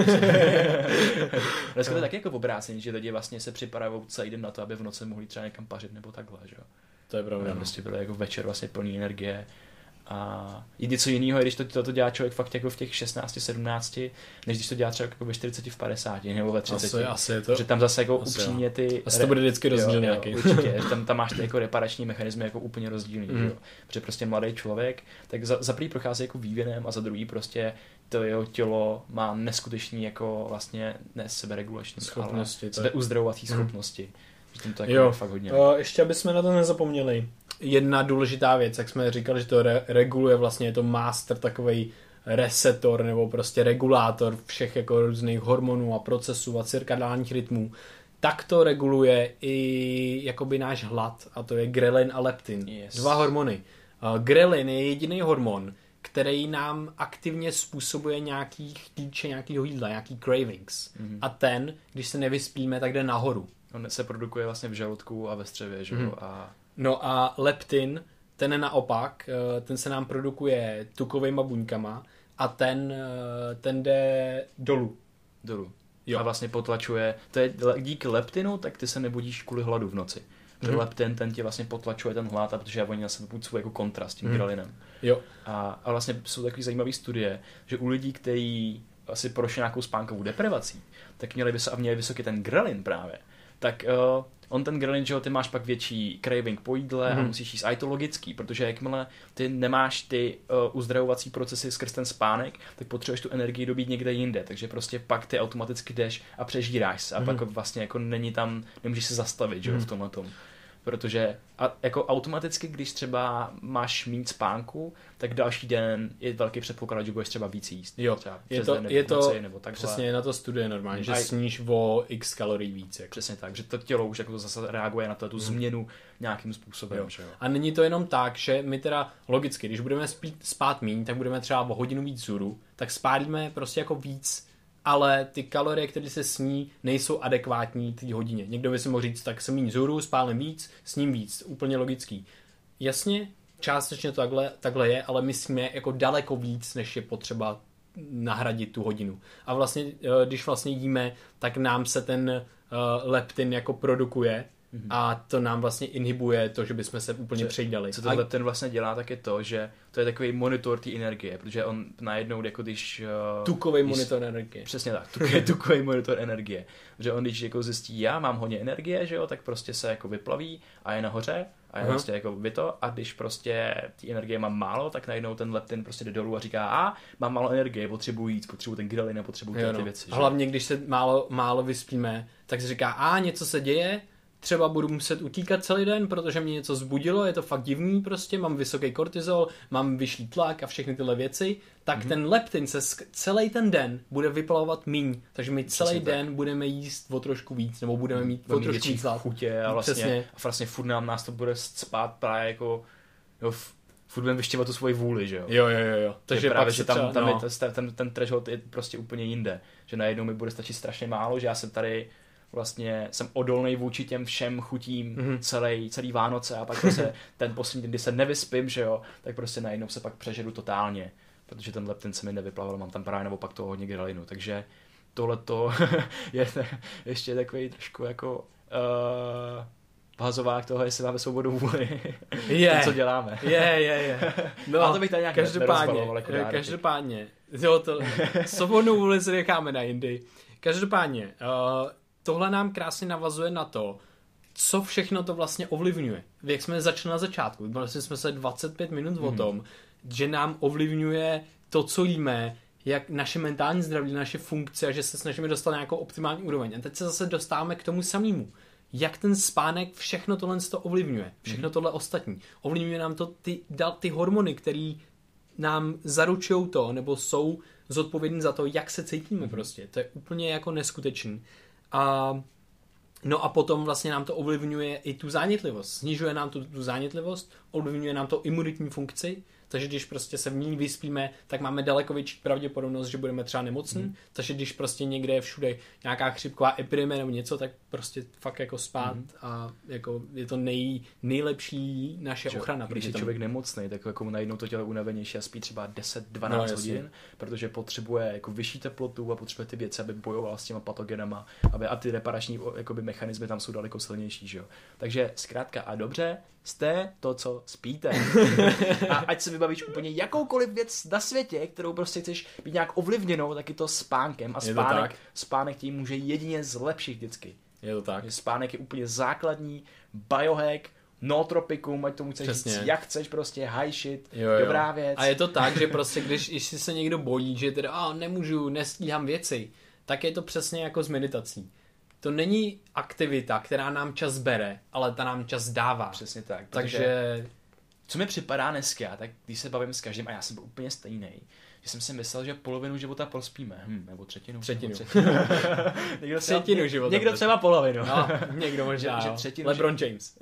Dneska to je taky jako obrácení, že lidi vlastně se připravují celý den na to, aby v noci mohli třeba někam pařit nebo takhle, že jo. To je pravda. Prostě byly jako večer vlastně plný energie. A i něco jiného, když to, to, to dělá člověk fakt jako v těch šestnácti sedmnácti, než když to dělá třeba jako ve čtyřiceti v padesáti nebo ve třiceti. Asi, asi je to. Že tam zase jako asi upřímně ty... Asi to bude vždycky rozdíl nějaký. Určitě, že tam, tam máš ty jako reparační mechanismy jako úplně rozdílný. Mm. Jo. Protože prostě mladý člověk, tak za, za prvý prochází jako vývinem a za druhý prostě to jeho tělo má neskutečný jako vlastně ne seberegulační, schopnosti, ale sebeuzdravovací mm. schopnosti. Že tam to jako jo. fakt hodně. O, ještě aby jsme na to nezapomněli. Jedna důležitá věc, jak jsme říkali, že to re- reguluje vlastně, je to master, takovej resetor nebo prostě regulátor všech jako různých hormonů a procesů a cirkadálních rytmů, tak to reguluje i jakoby náš hlad a to je grelin a leptin. Yes. Dva hormony. Uh, grelin je jediný hormon, který nám aktivně způsobuje nějaký chtíče, nějakýho jídla, nějaký cravings. Mm-hmm. A ten, když se nevyspíme, tak jde nahoru. On se produkuje vlastně v žaludku a ve střevě, že jo? Mm-hmm. A... No a leptin, ten naopak, ten se nám produkuje tukovejma buňkama a ten, ten jde dolů. Dolů. Jo. A vlastně potlačuje, to je díky leptinu, tak ty se nebudíš kvůli hladu v noci. Protože mm-hmm. leptin, ten ti vlastně potlačuje ten hlad, a protože oni zase svůj jako kontrast tím mm-hmm. grelinem. Jo. A, a vlastně jsou takové zajímavé studie, že u lidí, kteří asi prošli nějakou spánkovou deprivací, tak měli, vys- a měli vysoký ten grelin právě, tak uh, on ten grelin, že jo, ty máš pak větší craving po jídle mm. a musíš jíst. A je to logický, protože jakmile ty nemáš ty uh, uzdravovací procesy skrz ten spánek, tak potřebuješ tu energii dobít někde jinde, takže prostě pak ty automaticky jdeš a přežíráš se a mm. pak vlastně jako není tam, nemůžeš se zastavit, že jo, mm. v tomhle tom. Protože a jako automaticky, když třeba máš mít spánku, tak další den je velký předpoklad, že budeš třeba víc jíst. Jo, třeba je to, den, je to noci, nebo přesně na to studie normálně, že a sníš o x kalorií víc. Jako. Přesně tak, že to tělo už jako to zase reaguje na to, tu hmm. změnu nějakým způsobem. Jo. Že jo. A není to jenom tak, že my teda logicky, když budeme spít, spát míň, tak budeme třeba o hodinu víc zůru, tak spálíme prostě jako víc, ale ty kalorie, které se sní, nejsou adekvátní té hodině. Někdo by si mohl říct, tak se míň zůru, spálím víc, sním víc. Úplně logický. Jasně, částečně to takhle, takhle je, ale my jsme jako daleko víc, než je potřeba nahradit tu hodinu. A vlastně, když vlastně jíme, tak nám se ten leptin jako produkuje, mm-hmm. a to nám vlastně inhibuje to, že bychom se úplně že, přejdali. Co ten leptin vlastně dělá, tak je to, že to je takový monitor té energie, protože on najednou, jako když... Uh, tukový když, monitor energie. Přesně tak, tukový, tukový monitor energie. Protože on, když jako zjistí, já mám hodně energie, že jo, tak prostě se jako vyplaví a je nahoře a je uh-huh. prostě jako vyto, a když prostě ty energie mám málo, tak najednou ten leptin prostě jde dolů a říká, a mám málo energie, potřebuji jíc, potřebuji ten grelin, potřebuji ty, ty věci. A hlavně, když se málo, málo vyspíme, tak se říká, a něco se děje, třeba budu muset utíkat celý den, protože mě něco zbudilo, je to fakt divný prostě, mám vysoký kortizol, mám vyšší tlak a všechny tyhle věci, tak mm-hmm. ten leptin se sk- celý ten den bude vyplavovat míň, takže my celý Přesně den tak. budeme jíst o trošku víc, nebo budeme mít budeme o trošku víc chutě a vlastně, a vlastně furt nám nás to bude spát právě jako, jo, furt budeme vyštěvat tu svoji vůli, že jo. Jo, jo, jo, jo. Takže právě, že tam, tam no. je ten, ten threshold je prostě úplně jinde, že najednou mi bude stačit strašně málo, že já jsem tady vlastně jsem odolnej vůči těm všem chutím mm-hmm. celý, celý Vánoce a pak prostě ten poslední den, kdy se nevyspím, že jo, tak prostě najednou se pak přežeru totálně, protože ten leptin se mi nevyplaval, mám tam právě nebo pak toho hodně grelinu, takže tohleto je ještě takový trošku jako uh, uhazovák toho, jestli máme svobodnou vůli. Je. To, co děláme. Je, je, je. No, ale to bych tady nějak každopádně, jako každopádně, jo, to, svobodnou vůli si necháme na jindy. Každopádně, uh, tohle nám krásně navazuje na to, co všechno to vlastně ovlivňuje. Jak jsme začali na začátku, vlastně jsme se dvacet pět minut o tom, že nám ovlivňuje to, co jíme, jak naše mentální zdraví, naše funkce a že se snažíme dostat na nějakou optimální úroveň. A teď se zase dostáváme k tomu samému. Jak ten spánek všechno tohle to ovlivňuje. Všechno tohle ostatní. Ovlivňuje nám to ty, ty hormony, které nám zaručují to, nebo jsou zodpovědní za to, jak se cítíme mm. prostě. To je úplně jako neskutečný. A no a potom vlastně nám to ovlivňuje i tu zánětlivost. Snižuje nám tu, tu zánětlivost, ovlivňuje nám to imunitní funkci, takže když prostě se v ní vyspíme, tak máme daleko větší pravděpodobnost, že budeme třeba nemocní. Mm. Takže když prostě někde je všude nějaká chřipková epidemie nebo něco, tak prostě fakt jako spát mm. a jako je to nej, nejlepší naše Čo, ochrana. Když je tam... člověk nemocný, tak jako najednou to tělo unavenější a spí třeba deset dvanáct no, hodin, protože potřebuje jako vyšší teplotu a potřebuje ty věci, aby bojoval s těma patogenama, aby a ty reparační jakoby, mechanismy tam jsou daleko silnější, že jo. Takže zkrátka a dobře, jste to, co spíte. A ať se vybavíš úplně jakoukoliv věc na světě, kterou prostě chceš být nějak ovlivněnou, tak je to spánkem. A spánek, spánek ti může jedině zlepšit vždycky. Je to tak. Spánek je úplně základní, biohack, nootropikum, ať tomu chceš říct, jak chceš prostě, high shit, jo, jo. Dobrá věc. A je to tak, že prostě když, když se někdo bojí, že teda oh, nemůžu, nestíhám věci, tak je to přesně jako s meditací. To není aktivita, která nám čas bere, ale ta nám čas dává. Přesně tak. Takže co mi připadá dneska, tak když se bavím s každým, a já jsem byl úplně stejný, že jsem si myslel, že polovinu života prospíme. Hm, nebo třetinu. Třetinu. třetinu. někdo třeba, třetinu života. Někdo třeba polovinu. No, někdo možná, že, že třetinu, LeBron že... James.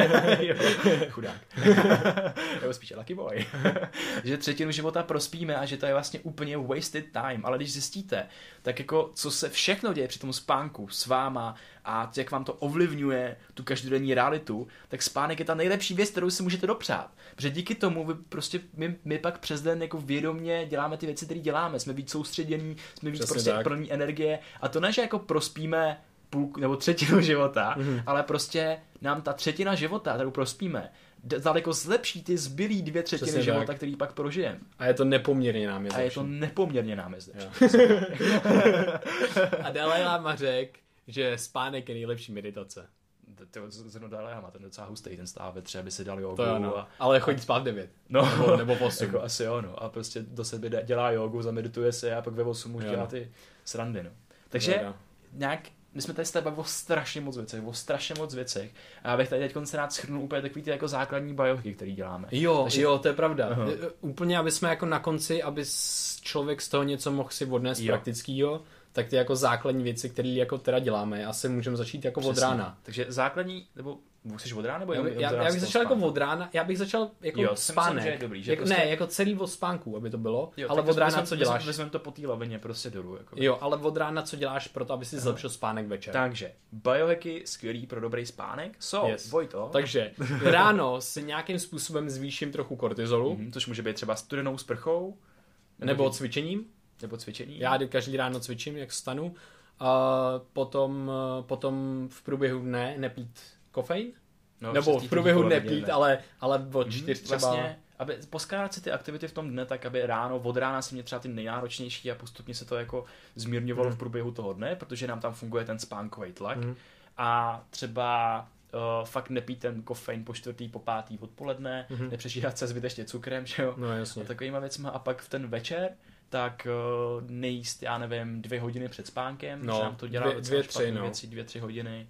Chudák. nebo spíš Lucky Boy. že třetinu života prospíme a že to je vlastně úplně wasted time. Ale když zjistíte, tak jako co se všechno děje při tom spánku s váma a jak vám to ovlivňuje tu každodenní realitu, tak spánek je ta nejlepší věc, kterou si můžete dopřát. Protože díky tomu vy prostě my, my pak přes den jako vědomě děláme ty věci, které děláme. Jsme víc soustředění, jsme víc prostě plní energie a to ne, že jako prospíme půl nebo třetinu života, mm-hmm. ale prostě nám ta třetina života, kterou prospíme, daleko zlepší ty zbylý dvě třetiny Přesně života, tak. který pak prožijeme. A je to nepoměrně náměst. A je to nepoměrně náměst. A Dalaj Lama řekl, že spánek je nejlepší meditace. Zrovna Dalaj Lama, ten docela hustý, ten stává ve tři, aby si dal jogu. To no. a... Ale chodí spát v devět. No. Nebo, nebo v osm. Jako asi jo, no. A prostě do sebe dělá jogu, zamedituje se a pak ve osm už jo. dělá ty srandy, no. Takže jo, jo. nějak my jsme tady s tebou o strašně moc věcech, o strašně moc věcech. A já bych tady teď se rád shrnul úplně takový ty jako základní biohacky, který děláme. Jo, Takže... jo, to je pravda. Uh-huh. Úplně, aby jsme jako na konci, aby člověk z toho něco mohl si odnést jo. praktickýho, tak ty jako základní věci, které jako teda děláme, asi můžeme začít jako Přesně. od rána. Takže základní, nebo chceš od rána, nebo já, já, já bych začal jako od rána, já bych začal jako jo, spánek. Myslím, že je dobrý, že jako, prostě... Ne, jako celý od spánku, aby to bylo, jo, ale od rána vezmem, co děláš? Vezmeme to po té lavině prostě dolů. Jako. Jo, ale od rána co děláš pro to, aby si zlepšil spánek večer. Takže, biohacky skvělý pro dobrý spánek, so, yes. Vojto. Takže, ráno si nějakým způsobem zvýším trochu kortizolu. Mm, což může být třeba studenou sprchou. Nebo, nebo cvičením. Nebo cvičení. Já každý ráno cvičím, jak vstanu. A potom, potom v průběhu dne nepít kofein. No, nebo v průběhu nepít, ale, ale od čtyř třeba. Vlastně, aby poskládat si ty aktivity v tom dne, tak aby ráno, od rána si mě třeba ty nejnáročnější a postupně se to jako zmírňovalo mm. v průběhu toho dne, protože nám tam funguje ten spánkový tlak. Mm. A třeba uh, fakt nepít ten kofein po čtvrtý, po pátý odpoledne, mm. nepřežírat se zbytečně cukrem, že jo? No, jasně. A takovýma věcma. A pak v ten večer tak uh, nejíst, já nevím, dvě hodiny před spánkem, no, že nám to dělá dvě, dvě tři, no. věci, dvě, tři hodiny.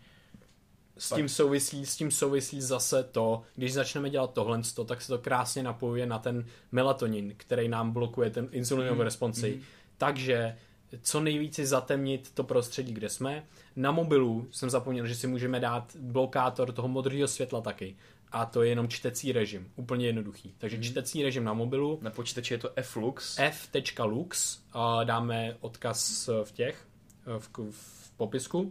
S tím, souvislí, s tím souvislí zase to, když začneme dělat tohle, tak se to krásně napojuje na ten melatonin, který nám blokuje ten insulinovou mm. responsi. Mm. Takže co nejvíce zatemnit to prostředí, kde jsme. Na mobilu jsem zapomněl, že si můžeme dát blokátor toho modrého světla taky. A to je jenom čtecí režim. Úplně jednoduchý. Takže mm. čtecí režim na mobilu. Na počítači je to F-Lux. F.lux. Dáme odkaz v těch, v, v popisku.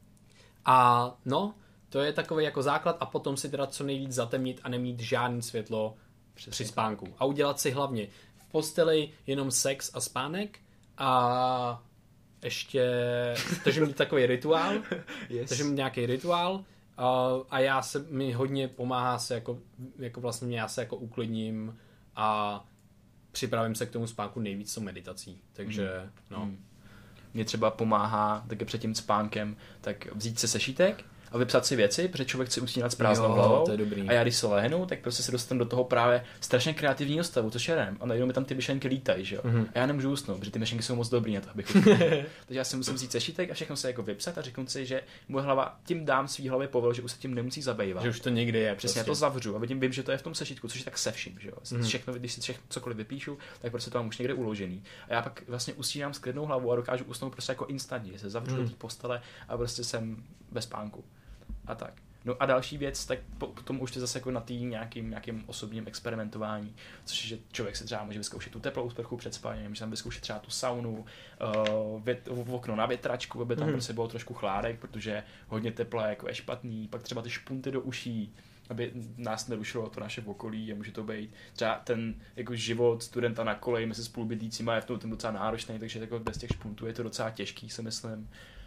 A no, to je takový jako základ a potom si teda co nejvíc zatemnit a nemít žádný světlo Přesně při spánku. Tak. A udělat si hlavně v posteli jenom sex a spánek a ještě, takže mít takový rituál, yes. takže mít nějaký rituál Uh, a já se, mi hodně pomáhá se jako, jako vlastně já se jako uklidním a připravím se k tomu spánku nejvíc tou meditací, takže mm. no. Mm. Mě třeba pomáhá taky před tím spánkem, tak vzít se sešítek a vypsat si věci, protože člověk chce usínat s prázdnou hlavou. A já když se lehnu, tak prostě se dostanu do toho právě strašně kreativního stavu, což je rem. A najednou mi tam ty myšlenky lítají, že jo. Mm-hmm. A já nemůžu usnout, protože ty myšlenky jsou moc dobrý na to, abych usnul. Takže já si musím vzít sešítek a všechno se jako vypsat a řeknu si, že moje hlava tím dám svý hlavě povel, že už se tím nemusí zabývat. Že už to někdy je. Přesně, prostě. Já to zavřu a vidím, vím, že to je v tom sešítku, což je tak se vším, že jo. Mm-hmm. Všechno, když si všechno cokoliv vypíšu, tak prostě to mám už někde uložený. A já pak vlastně usínám s klidnou hlavou a dokážu usnout prostě jako instantně, se zavřu mm. do té postele a prostě jsem bez spánku. A tak. No a další věc, tak potom už je zase jako na tý nějakým, nějakým osobním experimentování, což je, že člověk si třeba může vyzkoušet tu teplou sprchu před spáním, může tam vyzkoušet třeba tu saunu, uh, vět, v okno na větračku, aby tam mm. prostě bylo trošku chládek, protože hodně tepla jako je špatný, pak třeba ty špunty do uší, aby nás nerušilo to naše okolí a může to být třeba ten jako život studenta na koleji mezi spolubydlícíma je v tom ten docela náročný, takže jako bez těch špuntů je to docela těžký, si myslím.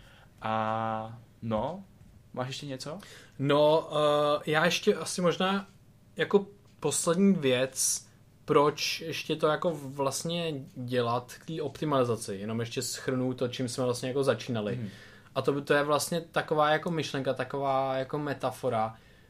A no, máš ještě něco? No, uh, já ještě asi možná jako poslední věc, proč ještě to jako vlastně dělat k té optimalizaci, jenom ještě shrnu to, čím jsme vlastně jako začínali. Mm. A to, to je vlastně taková jako myšlenka, taková jako metafora,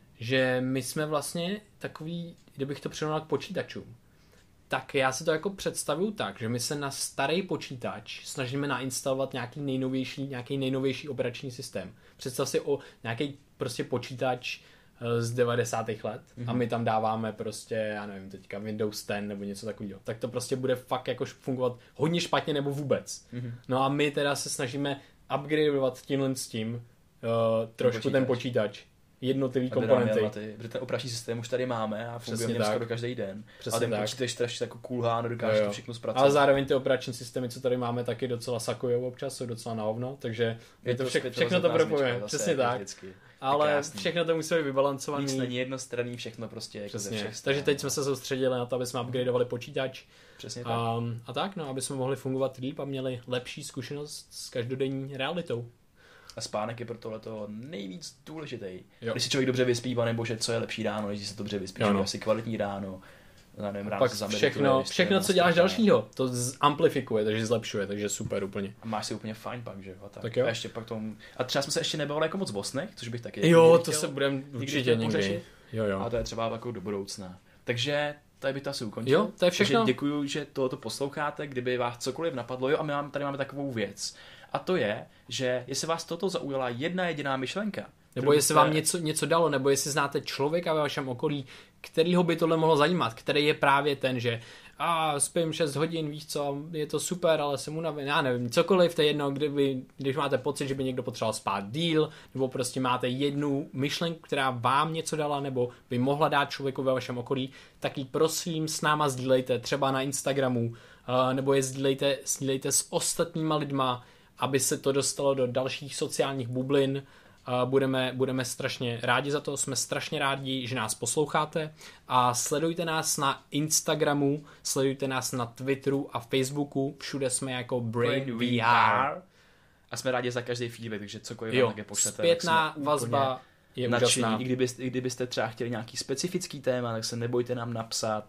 že my jsme vlastně takový, kdybych to přirovnal k počítačům, tak já si to jako představuju tak, že my se na starý počítač snažíme nainstalovat nějaký nejnovější, nějaký nejnovější operační systém. Představ si o nějaký prostě počítač z devadesátých let mm-hmm. a my tam dáváme prostě, já nevím, teďka Windows deset nebo něco takového. Tak to prostě bude fakt jako fungovat hodně špatně nebo vůbec. Mm-hmm. No a my teda se snažíme upgradeovat tímhle s tím uh, trošku ten počítač. ten počítač. Jednotlivý komponenty. Ty, protože ten operační systém už tady máme a funguje v něm skoro každý den. Přesně a ten tak. počítač strašně jako kulhá, nedokáže to všechno zpracovat. Ale zároveň ty operační systémy, co tady máme, taky docela sakujou občas, jsou docela na hovno, takže je, je to vše, všechno to propojuje. Přesně tak. Vždycky. Ale všechno to musí být vybalancovaný. Nic není jednostranný, všechno prostě jako ze všech stran. Takže teď jsme se soustředili na to, aby jsme upgradeovali počítač. Přesně tak. A, a tak, no, aby jsme mohli fungovat líp a měli lepší zkušenost s každodenní realitou. A spánek je pro tohleto nejvíc důležitý. Jo. Když si člověk dobře vyspí, nebo že co je lepší ráno, když si dobře vyspí, no. Asi kvalitní ráno. Nevím, ráno pak všechno, všechno co děláš dalšího, to amplifikuje, takže zlepšuje, takže super úplně. A máš si úplně fajn pak, že jo? A, tak. tak jo. A, ještě pak tomu, a třeba jsme se ještě nebavili jako moc o snech, což bych taky Jo, to chtěl, se budeme určitě někdy. Jo, jo. A to je třeba jako do budoucna. Takže tady bych to asi ukončil. Jo, to je všechno. Takže děkuju, že tohoto posloucháte, kdyby vás cokoliv napadlo. Jo, a my máme, tady máme takovou věc. A to je, že jestli vás toto zaujala jedna jediná myšlenka, nebo jestli vám něco, něco dalo, nebo jestli znáte člověka ve vašem okolí, kterýho by tohle mohlo zajímat, který je právě ten, že a spím šest hodin, víš co, je to super, ale jsem unavený, já nevím, cokoliv, to je jedno, kdyby, když máte pocit, že by někdo potřeboval spát díl, nebo prostě máte jednu myšlenku, která vám něco dala, nebo by mohla dát člověku ve vašem okolí, tak ji prosím s náma sdílejte, třeba na Instagramu, nebo je sdílejte, sdílejte s ostatníma lidma, aby se to dostalo do dalších sociálních bublin. Budeme, budeme strašně rádi za to, jsme strašně rádi, že nás posloucháte a sledujte nás na Instagramu, sledujte nás na Twitteru a Facebooku, všude jsme jako Brain V R. A jsme rádi za každý feedback, takže cokoliv jo, vám také pošlete. Zpětná vazba je úžasná. I kdybyste, i kdybyste třeba chtěli nějaký specifický téma, tak se nebojte nám napsat.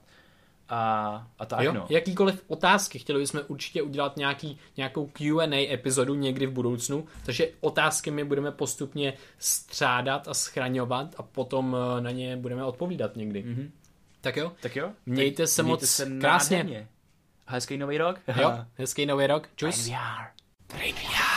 A, a tak jo, no. Jakýkoliv otázky, chtěli bychom určitě udělat nějaký, nějakou Q and A epizodu někdy v budoucnu, takže otázky my budeme postupně střádat a schraňovat a potom na ně budeme odpovídat někdy. Mm-hmm. Tak jo? Tak jo. Mějte tak se mějte moc se krásně. Nádherně. Hezký nový rok. Jo, hezký nový rok. Čus. Brain V R. Brain V R.